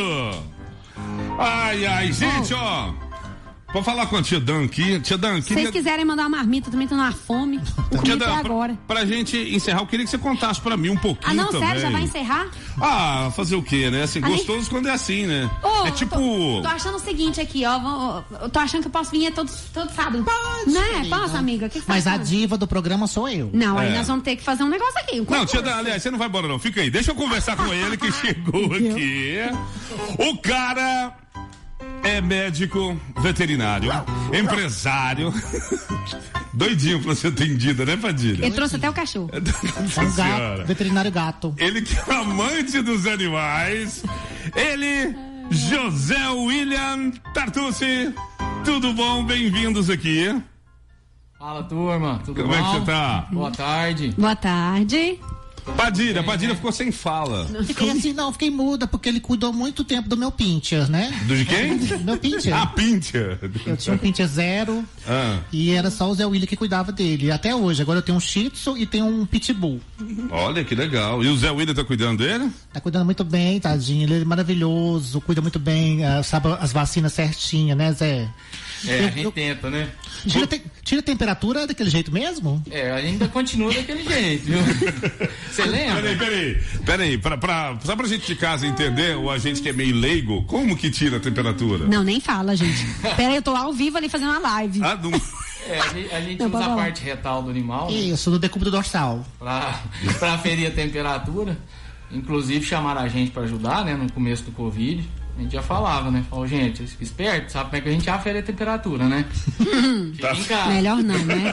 Ai, ai, gente, ó. Vou falar com a tia Dan aqui. Tia Dan, Se vocês quiserem mandar uma marmita, também tô numa fome. O tia até Dan, agora. Pra, pra gente encerrar, eu queria que você contasse pra mim um pouquinho Ah, não, também. sério? Já vai encerrar? Ah, fazer o quê, né? Assim, Ali... gostoso quando é assim, né? Ô, é tipo... Tô, tô achando o seguinte aqui, ó. Vou, eu tô achando que eu posso vir todo, todo sábado. Pode, né? Posso, amiga? Que que Mas tá a diva do programa sou eu. Não, é. aí nós vamos ter que fazer um negócio aqui. Um não, tia Dan, aliás, você não vai embora não. Fica aí. Deixa eu conversar com ele que chegou aqui. O cara... é médico veterinário, empresário, doidinho pra ser atendido, né, Padilha? Ele trouxe até o cachorro. É um gato, veterinário gato. Ele que é amante dos animais, ele, José William Tartucci, tudo bom? Bem-vindos aqui. Fala, turma, tudo Como bom? Como é que você tá? Boa tarde. Boa tarde. Padilha, Padilha ficou sem fala. Fiquei assim, não, fiquei muda, porque ele cuidou muito tempo do meu pincher, né? Do de quem? Do meu pincher. Ah, pincher. Eu tinha um pincher zero ah. e era só o Zé William que cuidava dele. Até hoje, agora eu tenho um shih tzu e tenho um pitbull. Olha que legal. E o Zé William tá cuidando dele? Tá cuidando muito bem, tadinho. Ele é maravilhoso, cuida muito bem, uh, sabe as vacinas certinhas, né, Zé? É, eu, a gente eu... tenta, né? Tira, te, tira a temperatura daquele jeito mesmo? É, ainda continua daquele jeito, viu? Você lembra? Peraí, peraí, peraí, pra, pra, só pra gente de casa entender, ou a gente que é meio leigo, como que tira a temperatura? Não, nem fala, gente. Peraí, eu tô ao vivo ali fazendo uma live. Ah, não... É, a gente, a gente não, usa a parte retal do animal. Isso, no decúbito dorsal. Pra, pra aferir a temperatura. Inclusive chamaram a gente pra ajudar, né, no começo do Covid. A gente já falava, né? Falou, gente, esperto, sabe como é que a gente afere a temperatura, né? Fica em casa. Melhor não, né?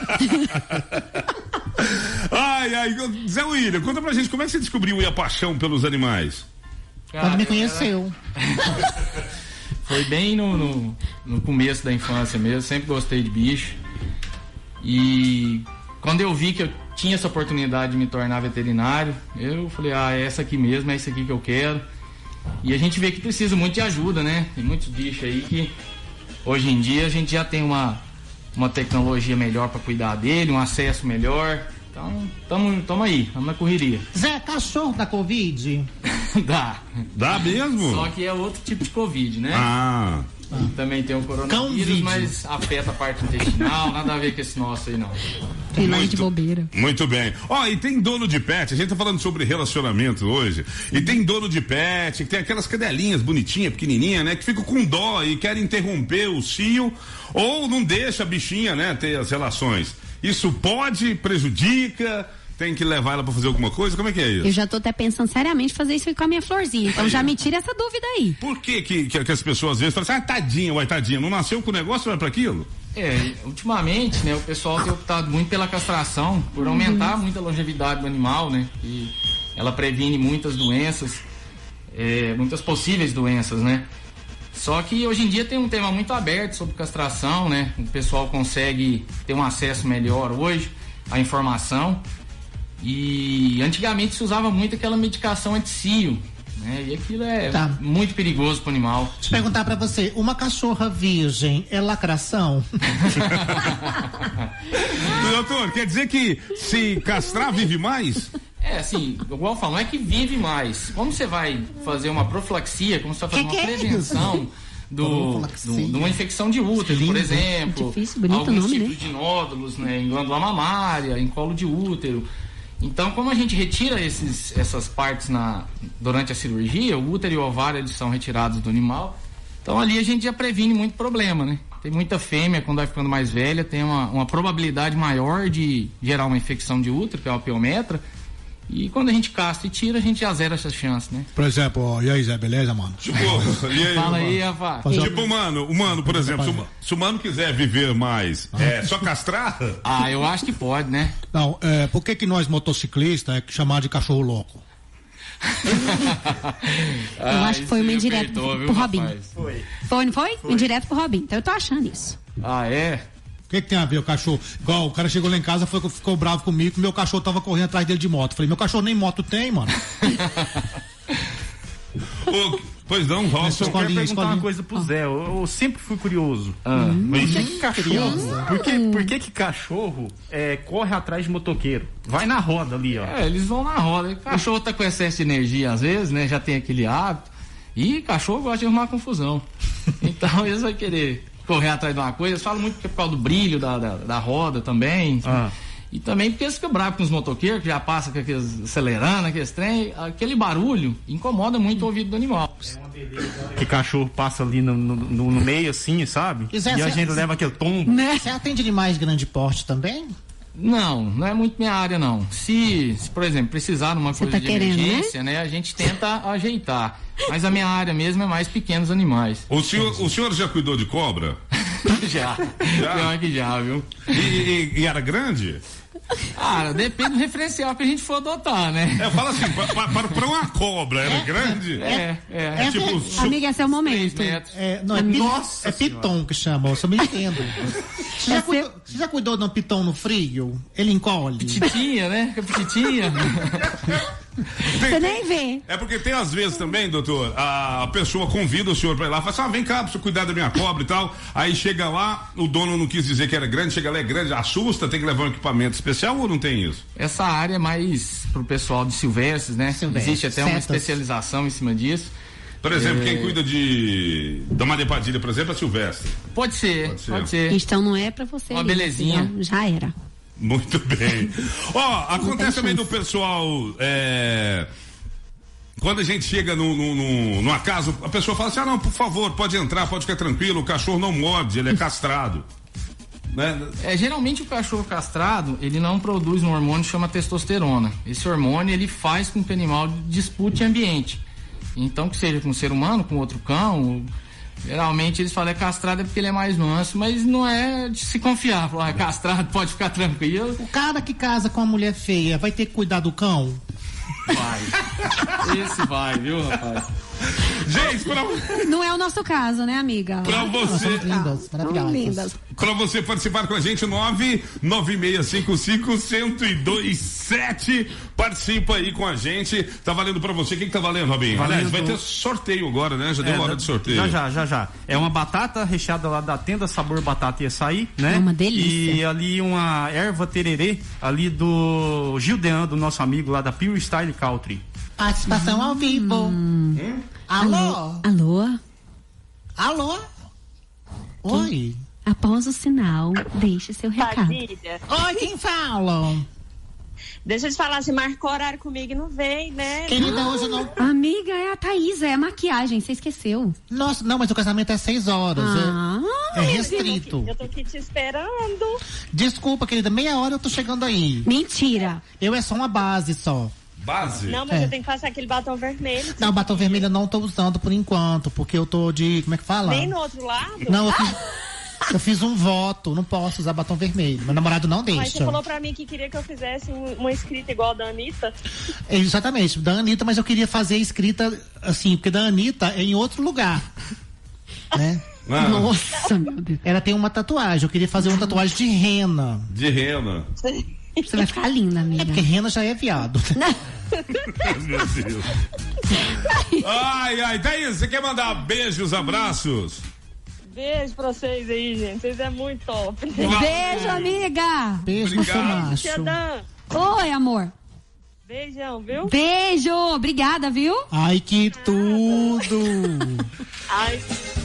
Ai, ai, Zé William, conta pra gente como é que você descobriu a paixão pelos animais? Cara, quando me conheceu. Foi bem no, no, no começo da infância mesmo, sempre gostei de bicho. E quando eu vi que eu tinha essa oportunidade de me tornar veterinário, eu falei, ah, é essa aqui mesmo, é isso aqui que eu quero. E a gente vê que precisa muito de ajuda, né? Tem muitos bichos aí que hoje em dia a gente já tem uma, uma tecnologia melhor para cuidar dele, um acesso melhor. Então, tamo, tamo aí, tamo na correria. Zé, cachorro da Covid? Dá. Dá mesmo? Só que é outro tipo de Covid, né? Ah. E também tem o coronavírus, mas afeta a parte intestinal, nada a ver com esse nosso aí não. Tem nada de bobeira. Muito bem. Ó, oh, e tem dono de pet, a gente tá falando sobre relacionamento hoje, e tem dono de pet, que tem aquelas cadelinhas bonitinhas, pequenininhas, né, que ficam com dó e querem interromper o cio, ou não deixa a bichinha, né, ter as relações. Isso pode, prejudica, tem que levar ela pra fazer alguma coisa? Como é que é isso? Eu já tô até pensando seriamente fazer isso com a minha florzinha. Então aí, já me tira essa dúvida aí. Por que que, que, que as pessoas às vezes falam assim, ah, tadinha, uai, tadinha, não nasceu com o negócio, vai pra aquilo? É, ultimamente, né, o pessoal tem optado muito pela castração, por aumentar uhum. muito a longevidade do animal, né? E ela previne muitas doenças, é, muitas possíveis doenças, né? Só que hoje em dia tem um tema muito aberto sobre castração, né? O pessoal consegue ter um acesso melhor hoje à informação. E antigamente se usava muito aquela medicação anti-cio, né? E aquilo é tá. muito perigoso pro animal. Deixa eu perguntar pra você, uma cachorra virgem é lacração? Doutor, quer dizer que se castrar vive mais? É, assim, igual eu falo, não é que vive mais. Como você vai fazer uma profilaxia, como você vai fazer que uma que prevenção é do, do, de uma infecção de útero, lindo, por exemplo, difícil, bonito alguns nome, tipos né? de nódulos, né, em glândula mamária, em colo de útero. Então, como a gente retira esses, essas partes na, durante a cirurgia, o útero e o ovário eles são retirados do animal, então ali a gente já previne muito problema, né? Tem muita fêmea, quando vai ficando mais velha, tem uma, uma probabilidade maior de gerar uma infecção de útero, que é uma piometra. E quando a gente castra e tira, a gente já zera essas chances, né? Por exemplo, ó, e aí, Zé, beleza, mano? Tipo, e aí, fala aí, rapaz. Tipo, mano, o mano, por exemplo, se o, se o mano quiser viver mais, ah. é só castrar? Ah, eu acho que pode, né? Não, é, por que que nós motociclistas é chamar de cachorro louco? eu ah, acho que foi uma indireta pro, pro Robinho. Foi. Foi, não foi? foi. Indireto pro Robinho. Então eu tô achando isso. Ah, é? O que, que tem a ver o cachorro? Igual, o cara chegou lá em casa, foi, ficou bravo comigo, que meu cachorro tava correndo atrás dele de moto. Falei, meu cachorro nem moto tem, mano. Ô, pois não, Robson. Eu quero perguntar uma coisa pro Zé. Eu, eu sempre fui curioso. Ah. Hum, por que que cachorro, por que, por que que cachorro é, corre atrás de motoqueiro? Vai na roda ali, ó. É, eles vão na roda. O cachorro tá com excesso de energia às vezes, né? Já tem aquele hábito. E cachorro gosta de arrumar confusão. Então eles vão querer correr atrás de uma coisa, eles falam muito que é por causa do brilho da, da, da roda também. Ah. E também porque eles ficam bravos com os motoqueiros, que já passa com aqueles acelerando, aqueles trem, aquele barulho incomoda muito o ouvido do animal. Que cachorro passa ali no, no, no meio assim, sabe? E, Zé, e a gente leva aquele tombo. Né? Você atende animais de grande porte também? Não, não é muito minha área não. Se, se por exemplo, precisar de uma coisa tá de querendo, emergência, né? né? A gente tenta ajeitar. Mas a minha área mesmo é mais pequenos animais. O senhor, o senhor já cuidou de cobra? já. Já? Pior que já, viu? E, e, e era grande? Ah, depende do referencial que a gente for adotar, né? É, fala assim, para uma cobra, era é, grande? É, é. é, é tipo, é, amiga, esse é o momento. É, não, é, Nossa é piton que chama, eu só me entendo. Você já, cuidou, você já cuidou de um piton no frio? Ele encolhe? Pititinha, né? Pititinha. Tem, você nem vê. É porque tem às vezes também, doutor, a pessoa convida o senhor pra ir lá, fala assim, ah, vem cá pra você cuidar da minha cobra e tal. Aí chega lá, o dono não quis dizer que era grande, chega lá, é grande, assusta, tem que levar um equipamento especial ou não tem isso? Essa área é mais pro pessoal de silvestres, né? Silvestre, existe até uma especialização em cima disso. Por exemplo, é... quem cuida de da madepadilha, por exemplo, é silvestre. Pode ser, pode ser. Pode ser. Então não é pra você. Uma belezinha. Não, já era. Muito bem. Ó, oh, acontece também do pessoal, é, quando a gente chega no, no, no, numa casa, a pessoa fala assim, ah não, por favor, pode entrar, pode ficar tranquilo, o cachorro não morde, ele é castrado. Né? É, geralmente o cachorro castrado, ele não produz um hormônio que chama testosterona. Esse hormônio, ele faz com que o animal dispute ambiente. Então, que seja com um ser humano, com outro cão, geralmente eles falam é castrado é porque ele é mais manso, mas não é de se confiar. Falar, é castrado, pode ficar tranquilo. O cara que casa com uma mulher feia vai ter que cuidar do cão? Vai. Esse vai, viu, rapaz? Gente, pra... não é o nosso caso, né, amiga? Pra você, lindas, maravilhosas. Lindas. Pra você participar com a gente, nove nove seis cinco cinco, um zero dois sete. Participa aí com a gente. Tá valendo pra você. O que, que tá valendo, Robinho? Valendo. Aliás, vai ter sorteio agora, né? Já deu é, hora de sorteio. Já, já, já, já. É uma batata recheada lá da tenda Sabor Batata e Açaí, né? É uma delícia. E ali uma erva tererê, ali do Gildean, do nosso amigo lá da Pure Style Country. Participação ao vivo. Hum. Hum? Alô? Alô? Alô? Oi? Após o sinal, deixe seu recado. Oi, quem fala? Deixa eu te falar, você marcou horário comigo e não veio, né? Querida, hoje não. Amiga, é a Thaísa, é a maquiagem, você esqueceu. Nossa, não, mas o casamento é seis horas. Ah, é, é restrito. Eu tô aqui te esperando. Desculpa, querida, meia hora eu tô chegando aí. Mentira. Eu é só uma base só. Base? Não, mas é. eu tenho que passar aquele batom vermelho. Não, batom vermelho eu não tô usando por enquanto, porque eu tô de, como é que fala? Nem no outro lado? Não, eu fiz, eu fiz um voto, não posso usar batom vermelho. Meu namorado não deixa. Mas você falou pra mim que queria que eu fizesse uma escrita igual a da Anitta. Exatamente, da Anitta, mas eu queria fazer a escrita assim, porque da Anitta é em outro lugar. Né? Ah. Nossa, meu Deus. Ela tem uma tatuagem, eu queria fazer uma tatuagem de rena. De rena. Você vai ficar linda, amiga. É porque rena já é viado. Meu Deus. Ai, ai, Thaís, você quer mandar beijos, abraços? Beijo pra vocês aí, gente. Vocês é muito top. Beijo, amiga. Beijo no seu macho. Oi, amor. Beijão, viu? Beijo, obrigada, viu? Ai, que tudo. Ai,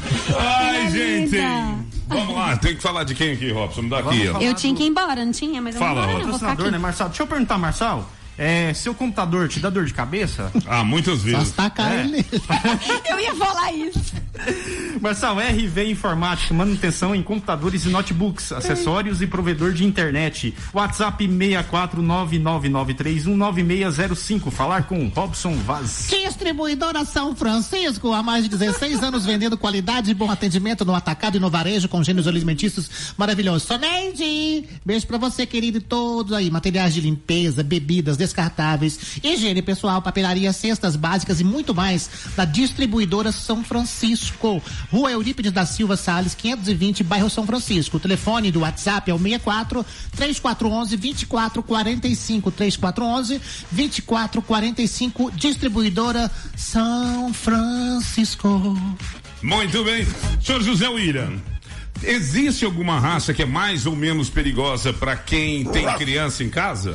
ai gente. Linda. Vamos lá, tem que falar de quem aqui, Robson? Daqui, ó. Eu tinha que ir embora, não tinha, mas eu Fala, vou embora, não, vou ficar aqui. Né, Marçal? Deixa eu perguntar, Marçal. É, seu computador te dá dor de cabeça? Ah, muitas vezes. Só tacar É. ele. Eu ia falar isso. Marçal, R V Informática, manutenção em computadores e notebooks, acessórios e provedor de internet. WhatsApp seis quatro nove nove nove três um nove seis zero cinco. Falar com Robson Vaz. Distribuidora São Francisco, há mais de dezesseis anos vendendo qualidade e bom atendimento no atacado e no varejo com gêneros alimentícios maravilhosos. Soneide, beijo pra você, querido, e todos aí, materiais de limpeza, bebidas, descartáveis, higiene pessoal, papelaria, cestas básicas e muito mais da Distribuidora São Francisco. Rua Eurípides da Silva Salles, quinhentos e vinte, bairro São Francisco. O telefone do WhatsApp é o seis quatro três quatro um um dois quatro quatro cinco, três quatro um um dois quatro quatro cinco, Distribuidora São Francisco. Muito bem. Senhor José William, existe alguma raça que é mais ou menos perigosa para quem tem criança em casa?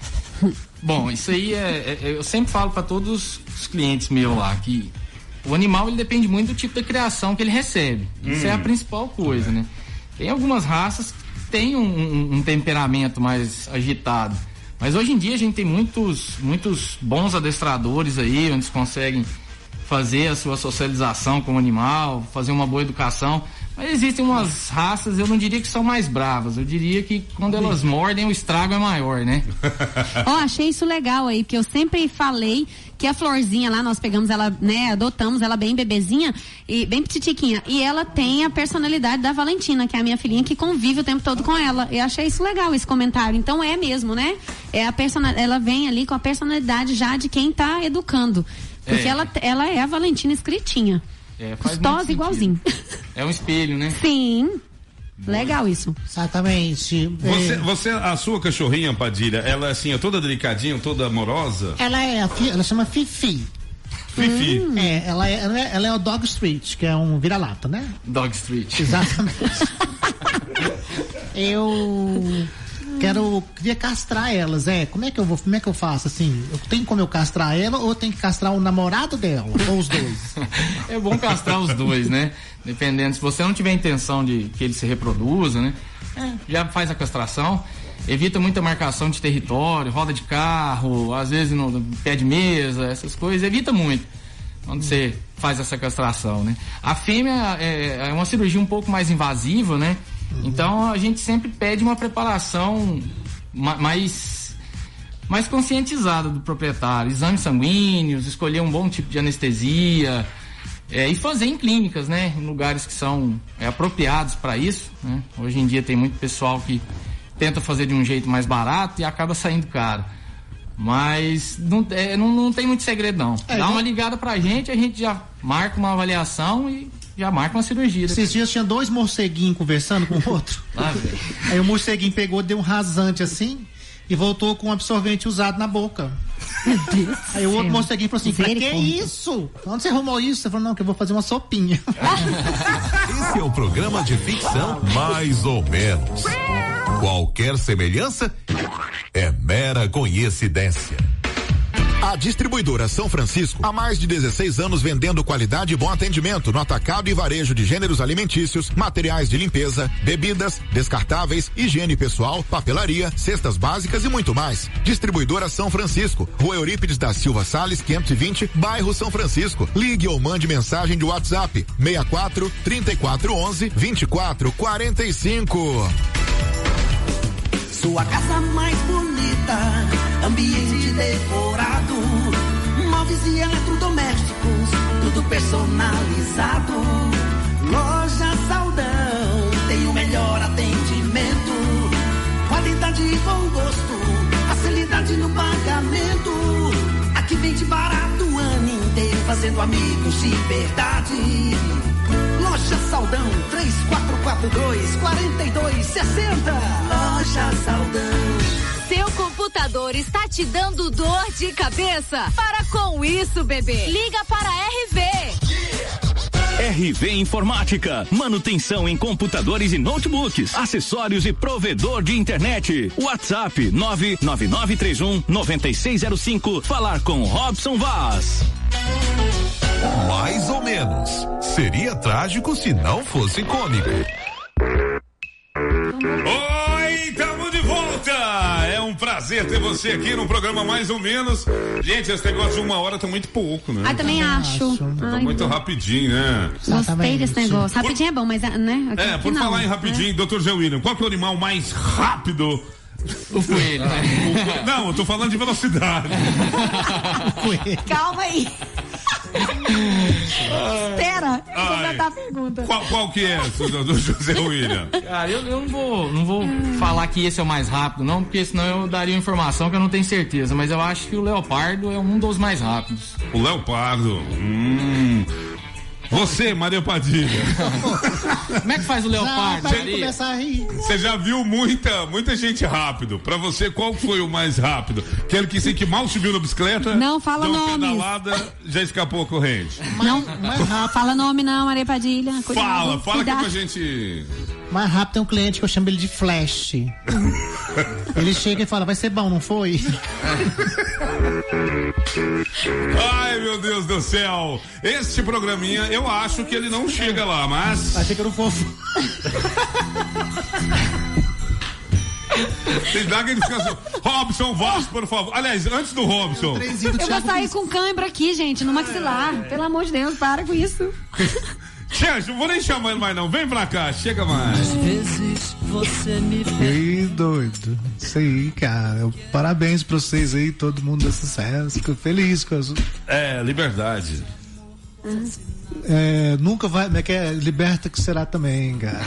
Bom, isso aí é, é eu sempre falo para todos os clientes meus lá que o animal ele depende muito do tipo de criação que ele recebe. Isso hum. é a principal coisa, né? Tem algumas raças que têm um, um, um temperamento mais agitado, mas hoje em dia a gente tem muitos, muitos bons adestradores aí, onde eles conseguem fazer a sua socialização com o animal, fazer uma boa educação. Mas existem umas raças, eu não diria que são mais bravas, eu diria que quando elas mordem o estrago é maior, né? Ó, oh, achei isso legal aí, porque eu sempre falei que a Florzinha lá, nós pegamos ela, né, adotamos ela bem bebezinha, e bem petitiquinha, e ela tem a personalidade da Valentina, que é a minha filhinha, que convive o tempo todo com ela. Eu achei isso legal, esse comentário. Então é mesmo, né? É a persona, ela vem ali com a personalidade já de quem tá educando. Porque é. ela, ela é a Valentina escritinha. É, faz Custosa igualzinho. É um espelho, né? Sim. Legal isso. Exatamente. Você, é. você, a sua cachorrinha, Padilha, ela assim, é toda delicadinha, toda amorosa? Ela é, ela chama Fifi. Fifi. Hum. É, ela é, ela é, ela é o Dog Street, que é um vira-lata, né? Dog Street. Exatamente. Eu quero, queria castrar elas, é, como é que eu vou, como é que eu faço, assim, eu tenho como eu castrar ela ou eu tenho que castrar o namorado dela, ou os dois? É bom castrar os dois, né? Dependendo, se você não tiver intenção de que ele se reproduza, né? É, já faz a castração, evita muita marcação de território, roda de carro, às vezes no, no pé de mesa, essas coisas, evita muito quando você faz essa castração, né? A fêmea é, é uma cirurgia um pouco mais invasiva, né? Então a gente sempre pede uma preparação ma- mais, mais conscientizada do proprietário, exames sanguíneos, escolher um bom tipo de anestesia, é, e fazer em clínicas, né? Em lugares que são é, apropriados para isso, né? Hoje em dia tem muito pessoal que tenta fazer de um jeito mais barato e acaba saindo caro. Mas não, é, não, não tem muito segredo não. É, Dá não... uma ligada pra gente, a gente já marca uma avaliação e já marca uma cirurgia. Esses dias tinha dois morceguinhos conversando com o outro. Ah, aí o morceguinho pegou, deu um rasante assim e voltou com um absorvente usado na boca. Meu Deus. Aí o outro morceguinho falou assim: pra que isso? Onde você arrumou isso? Você falou: não, que eu vou fazer uma sopinha. Esse é o programa de ficção mais ou menos. Qualquer semelhança é mera coincidência. A Distribuidora São Francisco, há mais de dezesseis anos vendendo qualidade e bom atendimento no atacado e varejo de gêneros alimentícios, materiais de limpeza, bebidas, descartáveis, higiene pessoal, papelaria, cestas básicas e muito mais. Distribuidora São Francisco, Rua Eurípides da Silva Sales, quinhentos e vinte, bairro São Francisco. Ligue ou mande mensagem de WhatsApp seis quatro, trinta e quatro, onze, vinte e quatro, quarenta e cinco. Sua casa mais bonita, ambiente decorado, móveis e eletrodomésticos, tudo personalizado. Loja Saldão tem o melhor atendimento, qualidade e bom gosto, facilidade no pagamento. Aqui vende barato o ano inteiro, fazendo amigos de verdade. Loja Saldão, três quatro quatro dois, quatro dois seis zero. Loja Saldão. Seu computador está te dando dor de cabeça? Para com isso, bebê. Liga para a R V. R V Informática, manutenção em computadores e notebooks, acessórios e provedor de internet. WhatsApp nove nove nove três um nove seis zero cinco. Falar com Robson Vaz. Mais ou menos. Seria trágico se não fosse cômico. Oi, tamo de volta! É um prazer ter você aqui no programa Mais ou Menos. Gente, esse negócio de uma hora tá muito pouco, né? Ah, também acho. Tá Ai, muito rapidinho, né? Gostei desse negócio. Rapidinho é bom, mas, né? Aqui, É, por aqui falar não, em rapidinho, né? doutor Zé William, qual que é o animal mais rápido? O coelho, né? O, não, eu tô falando de velocidade. Calma aí. Espera, eu vou Ai. completar a pergunta. Qual, qual que é, do José William? Cara, eu, eu não vou, não vou falar que esse é o mais rápido, não, porque senão eu daria uma informação que eu não tenho certeza, mas eu acho que o leopardo é um dos mais rápidos. O leopardo. Hum. Você, Maria Padilha. Como é que faz o leopardo? Já, começar a rir. Você já viu muita, muita gente rápido. Pra você, qual foi o mais rápido? Aquele que, que mal subiu na bicicleta? Não fala deu uma nomes. pedalada, já escapou a corrente. Não, fala nome não, Maria Padilha. Cuidado, Fala, fala cuidado. aqui pra gente. Mais rápido tem um cliente que eu chamo ele de Flash. Ele chega e fala, vai ser bom, não foi? Ai, meu Deus do céu. Este programinha, eu acho que ele não chega lá, mas... Achei que era um fofo. Vocês dão aquele descanso. Robson Vaz, por favor. Aliás, antes do Robson. Eu vou sair com cãibra aqui, gente, no maxilar. Pelo amor de Deus, para com isso. Gente, não vou nem chamar ele mais não. Vem pra cá, chega mais. Às vezes você me E aí, doido. Isso aí, cara. Parabéns pra vocês aí, todo mundo dá sucesso. Fico feliz com as... É, liberdade. É, nunca vai, mas que é liberta que será também, cara.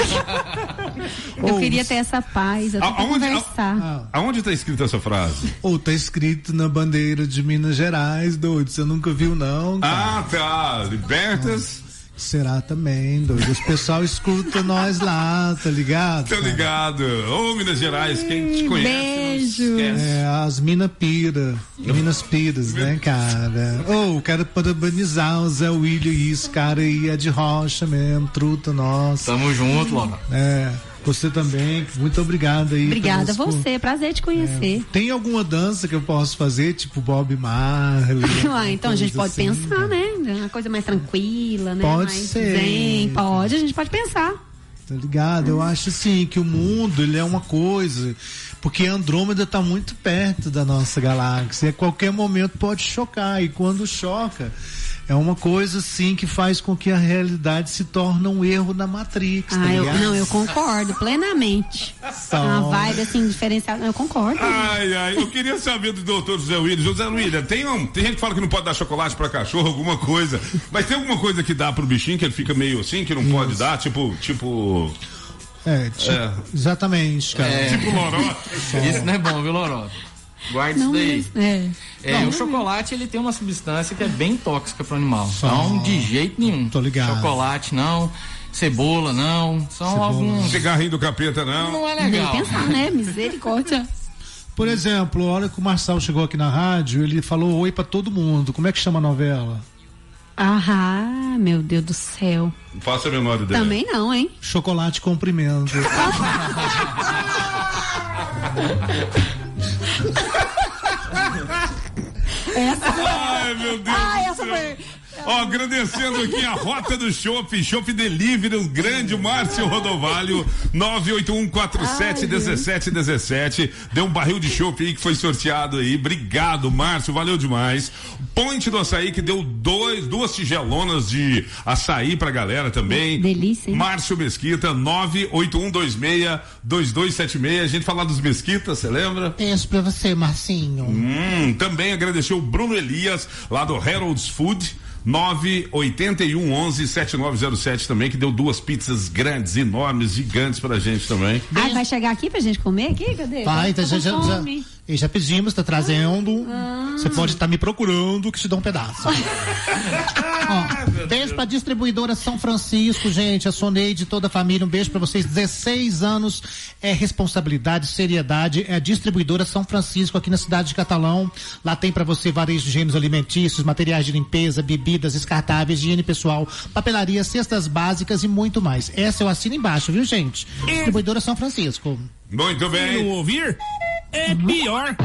Eu queria ter essa paz, até pra conversar. Aonde tá escrita essa frase? Ou tá escrito na bandeira de Minas Gerais, doido. Você nunca viu, não, cara. Ah, tá. Libertas. Será também, doido. Os pessoal escuta nós lá, tá ligado? Tô cara? ligado. Ô, Minas Gerais, quem te conhece? Beijo. É, as Minas Pira. Minas Piras, né, cara? Ô, oh, quero parabenizar o Zé William e isso, cara, aí é de rocha mesmo, truta nossa. Tamo junto, Laura. É. Você também, muito obrigado aí. Obrigada a pelas- você, prazer te conhecer. Tem alguma dança que eu posso fazer, tipo Bob Marley? Ah, então a gente pode assim? pensar, né? Uma coisa mais tranquila, né? Pode mais ser. zen. Pode, a gente pode pensar. Tá ligado? Eu acho assim que o mundo, ele é uma coisa, porque Andrômeda tá muito perto da nossa galáxia, e a qualquer momento pode chocar, e quando choca, é uma coisa assim que faz com que a realidade se torne um erro na Matrix, tá Ah, eu, ligado? não, eu concordo plenamente. Então- Uma vibe assim, diferenciada. Eu concordo. Ai, ai, eu queria saber do doutor José William. José William, tem, um, tem gente que fala que não pode dar chocolate pra cachorro, alguma coisa. Mas tem alguma coisa que dá pro bichinho que ele fica meio assim, que não pode dar? Tipo, tipo. É, tipo, É. exatamente, cara. É. Tipo loró. Isso não é bom, viu, Loró? Guarda Não, isso daí. mas, é. É, Não, o chocolate, ele tem uma substância que é bem tóxica pro animal. Só. Então, de jeito nenhum. Tô ligado. Chocolate, não. Cebola, não. São Cebola. alguns... Cigarrinho do capeta, não. Não é Nem legal. pensar, né? Misericórdia. Por exemplo, a hora que o Marçal chegou aqui na rádio, ele falou oi pra todo mundo. Como é que chama a novela? Ah, meu Deus do céu. Faça a menor ideia. Também não, hein? Chocolate cumprimento. Essa... Ai, meu Deus. Ai, essa foi... Ó, agradecendo aqui a Rota do Chopp, Chopp Delivery, o grande Márcio Rodovalho, nove oito um quatro sete um sete um sete. Deu um barril de chopp aí que foi sorteado aí. Obrigado, Márcio, valeu demais. Point do Açaí que deu dois, duas tigelonas de açaí pra galera também. Delícia, hein? Márcio Mesquita, nove oito um dois seis dois dois sete seis. A gente falar dos Mesquitas, você lembra? Isso pra você, Marcinho. Hum, também agradecer o Bruno Elias, lá do Harold's Food. nove oito um onze sete nove zero sete também, que deu duas pizzas grandes, enormes, gigantes pra gente também. Ah, vai chegar aqui pra gente comer aqui? Cadê? Vai, Tô já, com já, já, fome. e já pedimos, tá trazendo. Ah. Você pode estar me procurando que te dá um pedaço. Ó, beijo pra distribuidora São Francisco, gente, a Soneide e toda a família, um beijo pra vocês. dezesseis anos é responsabilidade, seriedade, é a distribuidora São Francisco aqui na cidade de Catalão. Lá tem pra você varejo de gêneros alimentícios, materiais de limpeza, bebidas descartáveis, higiene pessoal, papelaria, cestas básicas e muito mais. Essa eu assino embaixo, viu, gente? Distribuidora São Francisco. Muito bem. Se não ouvir, é pior.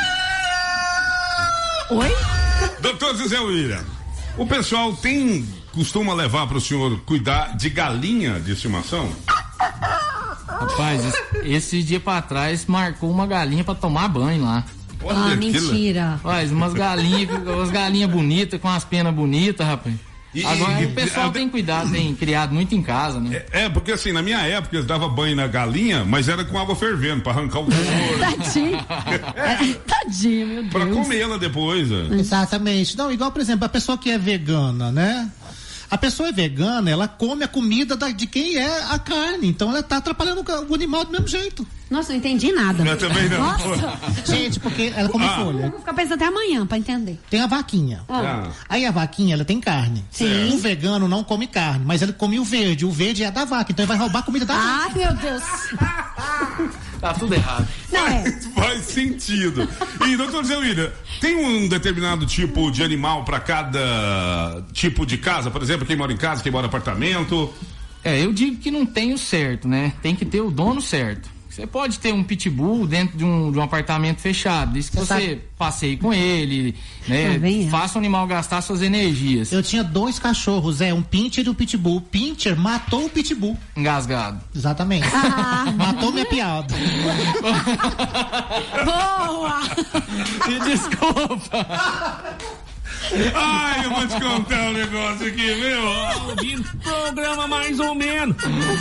Oi? Doutor José William, o pessoal tem, costuma levar para o senhor cuidar de galinha de estimação? Rapaz, esse, esse dia pra trás marcou uma galinha pra tomar banho lá. Olha ah, mentira. Rapaz, umas galinhas, umas galinhas bonitas, com as penas bonitas, rapaz. E, Agora e, o pessoal a, tem cuidado, tem criado muito em casa, né? É, é, porque assim, na minha época eles davam banho na galinha, mas era com água fervendo, pra arrancar o couro. Tadinho. É. Tadinho, meu Deus. Pra comê-la depois. É. Exatamente. Não, igual, por exemplo, a pessoa que é vegana, né? A pessoa é vegana, ela come a comida da, de quem é a carne, então ela tá atrapalhando o animal do mesmo jeito. Nossa, não entendi nada. Eu também não. Nossa. Gente, porque ela come Ah. folha. Eu vou ficar pensando até amanhã pra entender. Tem a vaquinha. Ah. Aí a vaquinha, ela tem carne. Sim. O vegano não come carne, mas ele come o verde. O verde é da vaca, então ele vai roubar a comida da vaca. Ai, meu Deus. Tá tudo errado. Não é. Faz, faz sentido. E, doutor Zé William, tem um determinado tipo de animal pra cada tipo de casa? Por exemplo, quem mora em casa, quem mora em apartamento? É, eu digo que não tem o certo, né? Tem que ter o dono certo. Você pode ter um pitbull dentro de um, de um apartamento fechado, desde que você, você passeie com ele, né? Ah, faça o animal gastar suas energias. Eu tinha dois cachorros, é, um pincher e um pitbull. O pincher matou o pitbull. Engasgado. Exatamente. Ah. Matou minha piada. Boa! Me desculpa. Ai, eu vou te contar um negócio aqui, viu? Ouvindo programa mais ou menos.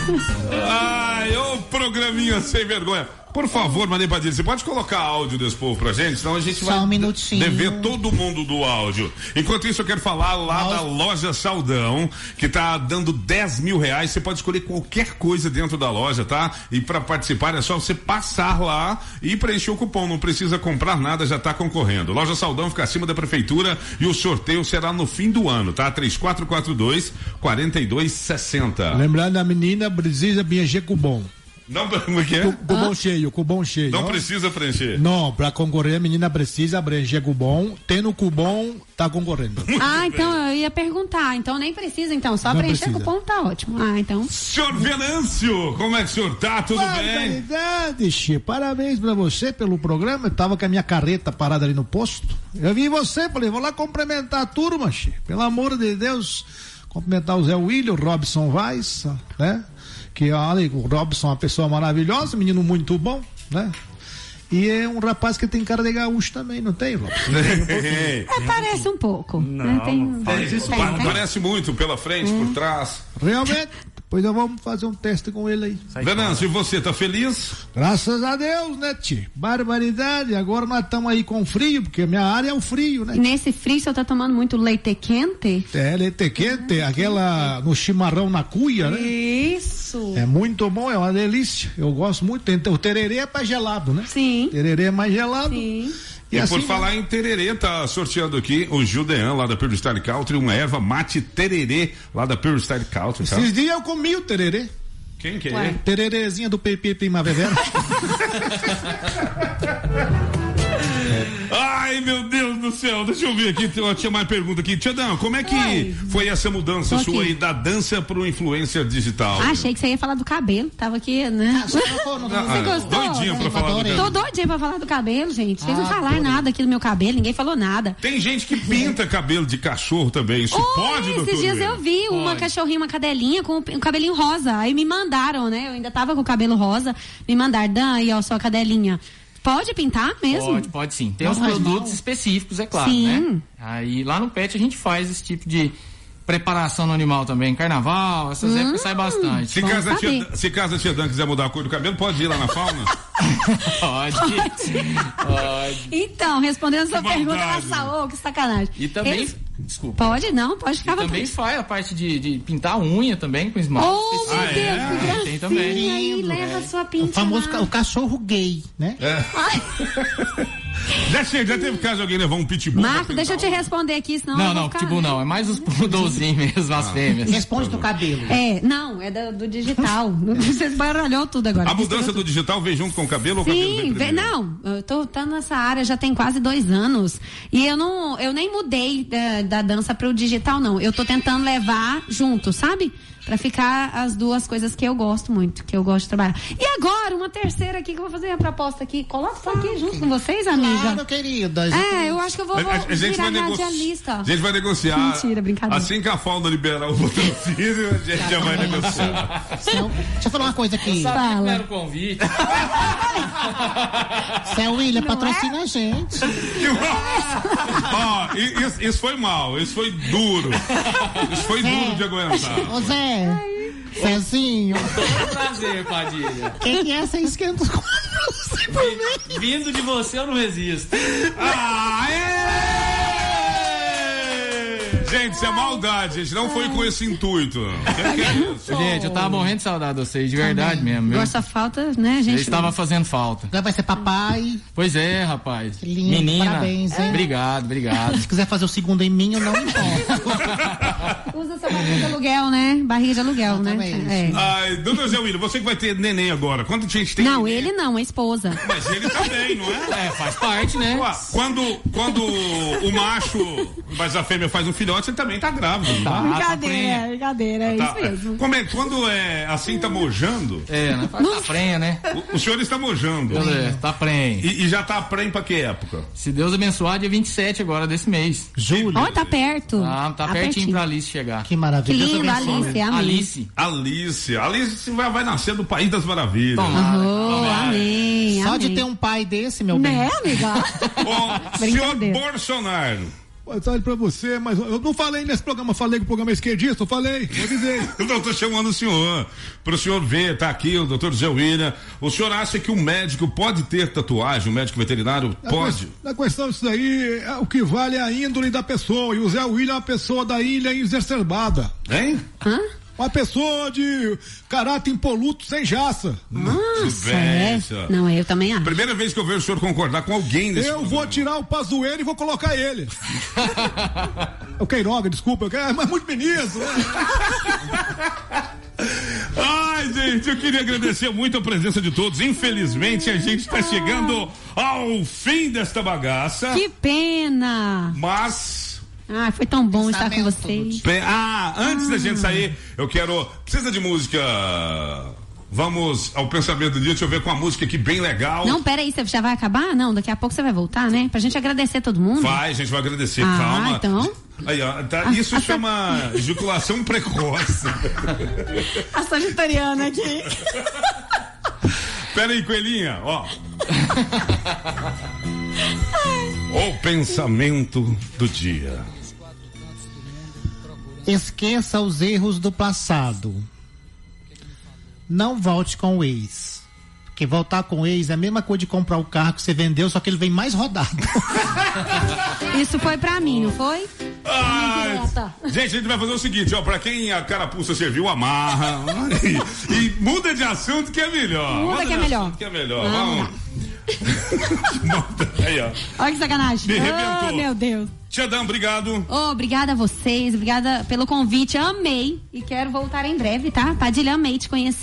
Ai, ô programinha sem vergonha. Por favor, Mané Padilha, você pode colocar áudio desse povo pra gente? Senão a gente Só vai um minutinho. dever todo mundo do áudio. Enquanto isso, eu quero falar lá da Loja Saldão, que tá dando dez mil reais. Você pode escolher qualquer coisa dentro da loja, tá? E pra participar é só você passar lá e preencher o cupom. Não precisa comprar nada, já tá concorrendo. Loja Saldão fica acima da prefeitura e o sorteio será no fim do ano, tá? três quatro quatro dois, quatro dois seis zero. Lembrando, a menina precisa preencher cupom. Não, como é que é? Cubão ah? cheio, cubão cheio. Não ó. precisa preencher. Não, pra concorrer a menina precisa preencher cubão. Tendo cubão, tá concorrendo. Ah, então eu ia perguntar. Então nem precisa, então. Só Não preencher o precisa. cupom tá ótimo. Ah, então. Senhor Venâncio, como é que o senhor tá? Tudo bem? Verdade, Che. Parabéns pra você pelo programa. Eu tava com a minha carreta parada ali no posto. Eu vi você, falei, vou lá cumprimentar a turma, Che. Pelo amor de Deus. Cumprimentar o Zé William, o Robson Vaz, né? Que olha, o Robson é uma pessoa maravilhosa, menino muito bom, né? E é um rapaz que tem cara de gaúcho também, não tem, Robson? É, parece um pouco. Não, né? Tem, não faz isso. tem, Pa- tem. Parece muito pela frente, Hum. por trás. Realmente. Depois nós vamos fazer um teste com ele aí. Venâncio, e você, tá feliz? Graças a Deus, né, tio? Barbaridade. Agora nós estamos aí com frio, porque a minha área é o frio, né? E nesse frio, o senhor tá tomando muito leite quente? É, leite quente, aquela no chimarrão na cuia, né? Isso. É muito bom, é uma delícia. Eu gosto muito. Tem- O tererê é mais gelado, né? Sim. Tererê é mais gelado. Sim. E, assim, por falar em tererê, tá sorteando aqui o Judean, lá da Pure Style Country, uma erva mate tererê, lá da Pure Style Country, tá? Esses dias eu comi o tererê. Quem que é? Ué. Tererezinha do Pepe Primavera. Ai, meu Deus do céu, deixa eu ver aqui, tinha mais pergunta aqui. Tia Dan, como é que Oi. foi essa mudança Tô sua aqui. aí da dança pro influencer digital? Ah, achei que você ia falar do cabelo, tava aqui, né? Ah, você ah, gostou? Doidinha pra falar do cabelo. Tô doidinha pra falar do cabelo, gente. Vocês ah, não falaram nada aqui do meu cabelo, ninguém falou nada. Tem gente que pinta cabelo de cachorro também, isso Oi, pode, doutor? Esses dias eu vi pode. uma cachorrinha, uma cadelinha com um cabelinho rosa, aí me mandaram, né? Eu ainda tava com o cabelo rosa, me mandaram, Dan, aí ó, sua cadelinha. Pode pintar mesmo? Pode, pode sim. Tem os produtos não. específicos, é claro, sim. né? Aí lá no Pet a gente faz esse tipo de preparação no animal também. Carnaval, essas hum, épocas sai bastante. Se casa, tia, se casa a tia Dan quiser mudar a cor do cabelo, pode ir lá na fauna? pode. pode. Então, respondendo a sua pergunta, ela oh, que sacanagem. E também... Eles... Desculpa. Pode, não, pode ficar. E também faz a parte de, de pintar a unha também com esmalte. Oh, meu Deus, é? que gracinha. Tem também. Aí leva a sua pinta. O famoso ca- o cachorro gay, né? É. já, chega, já teve caso de alguém levar um pitbull? Marco, deixa eu te responder aqui, senão. Não, eu não, ficar... pitbull não, é mais os poodlezinhos mesmo, as ah. fêmeas. Responde do cabelo. É, não, é do, do digital. Você baralhou tudo agora. A mudança do digital veio junto com o cabelo ou o cabelo Sim, vem, não, eu tô, tô nessa área já tem quase dois anos e eu não, eu nem mudei da, da dança pro digital. Digital não, eu tô tentando levar junto, sabe? Pra ficar as duas coisas que eu gosto muito, que eu gosto de trabalhar. E agora, uma terceira aqui que eu vou fazer a proposta aqui. Coloca isso aqui junto com vocês, amiga. Claro, querida. É, eu acho que eu vou, vou a, a gente virar vai radialista. A gente vai negociar. Mentira, brincadeira. Assim que a fauna liberar o patrocínio, a gente já vai negociar. Céu, deixa eu falar uma coisa aqui. Eu sabia que era o convite. Céu William, patrocina é? a gente. Ó, oh, isso, isso foi mal, isso foi duro. Isso foi Zé. duro de aguentar. Ô Zé, Zezinho. Todo prazer, Padilha. Quem que é essa esquenta com você por mim? Vindo de você eu não resisto. Ah, é! Gente, isso é maldade, gente. Não foi com esse intuito. Que que é isso? Gente, eu tava morrendo de saudade de vocês, de verdade Também. mesmo. Gosta falta, né, gente? Vocês estavam fazendo falta. Agora vai ser papai. Pois é, rapaz. Que lindo, menina. Parabéns, hein? Obrigado, obrigado. Se quiser fazer o segundo em mim, eu não importo. Usa sua barriga de aluguel, né? Barriga de aluguel, ah, né? É. Ai, doutor Zé William, você que vai ter neném agora. Quanto gente tem? Não, neném? ele não, a esposa. Mas ele também, não é? É, faz parte, né? Ué, quando, quando o macho, mas a fêmea faz um filhote, ele também tá grávido. Tá, brincadeira, tá brincadeira, é tá, isso mesmo. Como é, quando é assim, tá mojando? É, né? Faz tá prenha, né? O, o senhor está mojando. É, tá prenha. E, e já tá prenha pra que época? Se Deus abençoar, dia vinte e sete agora desse mês. Julho. Ó, oh, tá perto. Ah, tá, tá pertinho, pertinho pra Alice chegar. Que maravilha. Que linda, Alice, amém. Alice. Alice. Alice vai, vai nascer do País das Maravilhas. Tomara, oh, tomara. Amém. Só amém. de ter um pai desse, meu bem. Né, amiga? Ó, senhor Bolsonaro. Boa tarde pra você, mas eu não falei nesse programa, falei que o programa é esquerdista, eu falei, eu avisei. Eu tô chamando o senhor, pro senhor ver, tá aqui o doutor Zé William. O senhor acha que o médico pode ter tatuagem, o médico veterinário na pode? Que, na questão disso daí, é, o que vale é a índole da pessoa, e o Zé William é uma pessoa da ilha exacerbada. Hein? Hã? Uma pessoa de caráter impoluto, sem jaça. Nossa, é. Não, eu também acho. Primeira vez que eu vejo o senhor concordar com alguém nesse Eu programa. Vou tirar o Pazuello e vou colocar ele. O Queiroga, desculpa, é mas muito ministro, né? Ai, gente, eu queria agradecer muito a presença de todos. Infelizmente, a gente está chegando ao fim desta bagaça. Que pena! Mas... Ah, foi tão bom estar com vocês. Ah, antes ah. da gente sair, eu quero... Precisa de música... Vamos ao pensamento do dia, deixa eu ver com a música aqui bem legal. Não, pera aí, você já vai acabar? Não, daqui a pouco você vai voltar, né? Pra gente agradecer todo mundo. Vai, a gente vai agradecer, ah, calma. então... Aí, ó, tá, isso a, chama a... ejaculação precoce. A sagitariana aqui. Pera aí, coelhinha, ó. O pensamento do dia. Esqueça os erros do passado. Não volte com o ex. Porque voltar com o ex é a mesma coisa de comprar o carro que você vendeu, só que ele vem mais rodado. Isso foi pra mim, não foi? Ai, gente, a gente vai fazer o seguinte, ó, pra quem a carapuça serviu, amarra e, e muda de assunto que é melhor. Muda, muda que é melhor. Que é melhor. Vamos. Aí, ó. Olha que sacanagem. Me arrebentou. Oh, meu Deus. Tia Dan, obrigado. Oh, obrigada a vocês, obrigada pelo convite, amei e quero voltar em breve, tá? Padilha, amei te conhecer.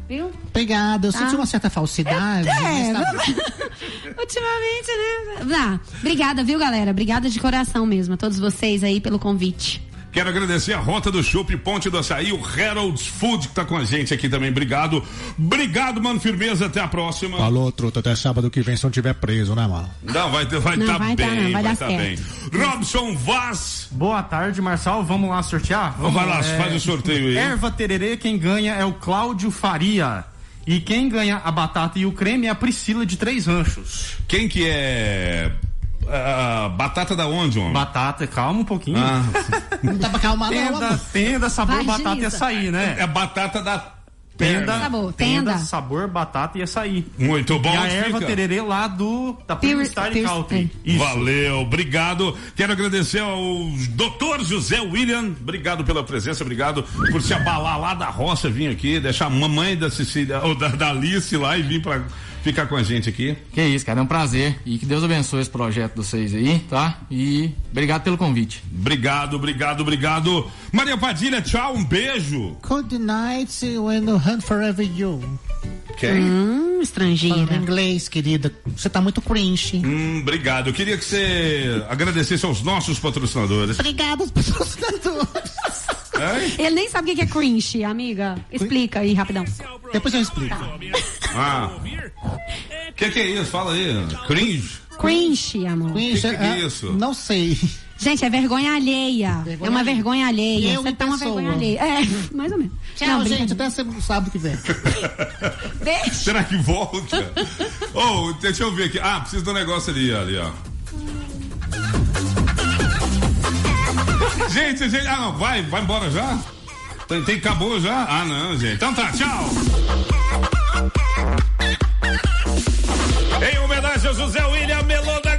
viu? Obrigada, eu tá? senti uma certa falsidade. É, tá... ultimamente, né? Ah, obrigada, viu, galera? Obrigada de coração mesmo a todos vocês aí pelo convite. Quero agradecer a Rota do Chopp, Ponte do Açaí, o Harold's Food que tá com a gente aqui também. Obrigado. Obrigado, mano. Firmeza. Até a próxima. Falou, truta. Até sábado que vem se não tiver preso, né, mano? Não, vai estar vai não, tá vai bem. Tá, não, vai vai dar tá certo. bem. Robson Vaz. Boa tarde, Marçal. Vamos lá sortear? Vamos vai lá, é... faz o sorteio aí. Erva tererê, quem ganha é o Cláudio Faria. E quem ganha a batata e o creme é a Priscila de Três Ranchos. Quem que é... Uh, batata da onde, homem? Batata, calma um pouquinho. Ah. Não dá pra calmar, não. Tenda, tenda, sabor, Vai, batata Gilisa. e açaí, né? É batata da Tenda, Sabor, tenda, tenda. sabor, batata e açaí. Muito bom. E a onde erva fica? tererê lá do da Pure- Pure Style Pure- Country. é. Isso. Valeu, obrigado. Quero agradecer ao doutor José William. Obrigado pela presença, obrigado por se abalar lá da roça, vir aqui, deixar a mamãe da Cecília, ou da, da Alice lá e vir pra ficar com a gente aqui. Que isso, cara, é um prazer. E que Deus abençoe esse projeto de vocês aí, tá? E obrigado pelo convite. Obrigado, obrigado, obrigado. Maria Padilha, tchau, um beijo. Good night when you hunt forever you. Quem? Hum, estrangeira. Falando inglês, querida. Você tá muito cringe. Hum, obrigado. Eu queria que você agradecesse aos nossos patrocinadores. Obrigada aos patrocinadores. É? Ele nem sabe o que é cringe, amiga. Explica aí, rapidão. Depois eu explico. Ah. O que, que é isso? Fala aí. Cringe? Cringe, amor. Cringe, que que é isso? Não sei. Gente, é vergonha alheia. Vergonha é uma alheia. vergonha alheia. Eu Você em tá uma pessoa. vergonha alheia. É, mais ou menos. Tchau, Não, gente. brincadeira. Até você sábado que vem. Beijo. Será que volta? Oh, deixa eu ver aqui. Ah, precisa do negócio ali, ali, ó. Gente, gente, ah, não, vai, vai embora já? Tem, tem, acabou já? Ah, não, gente. Então tá, tchau. Em homenagem ao José William Melô da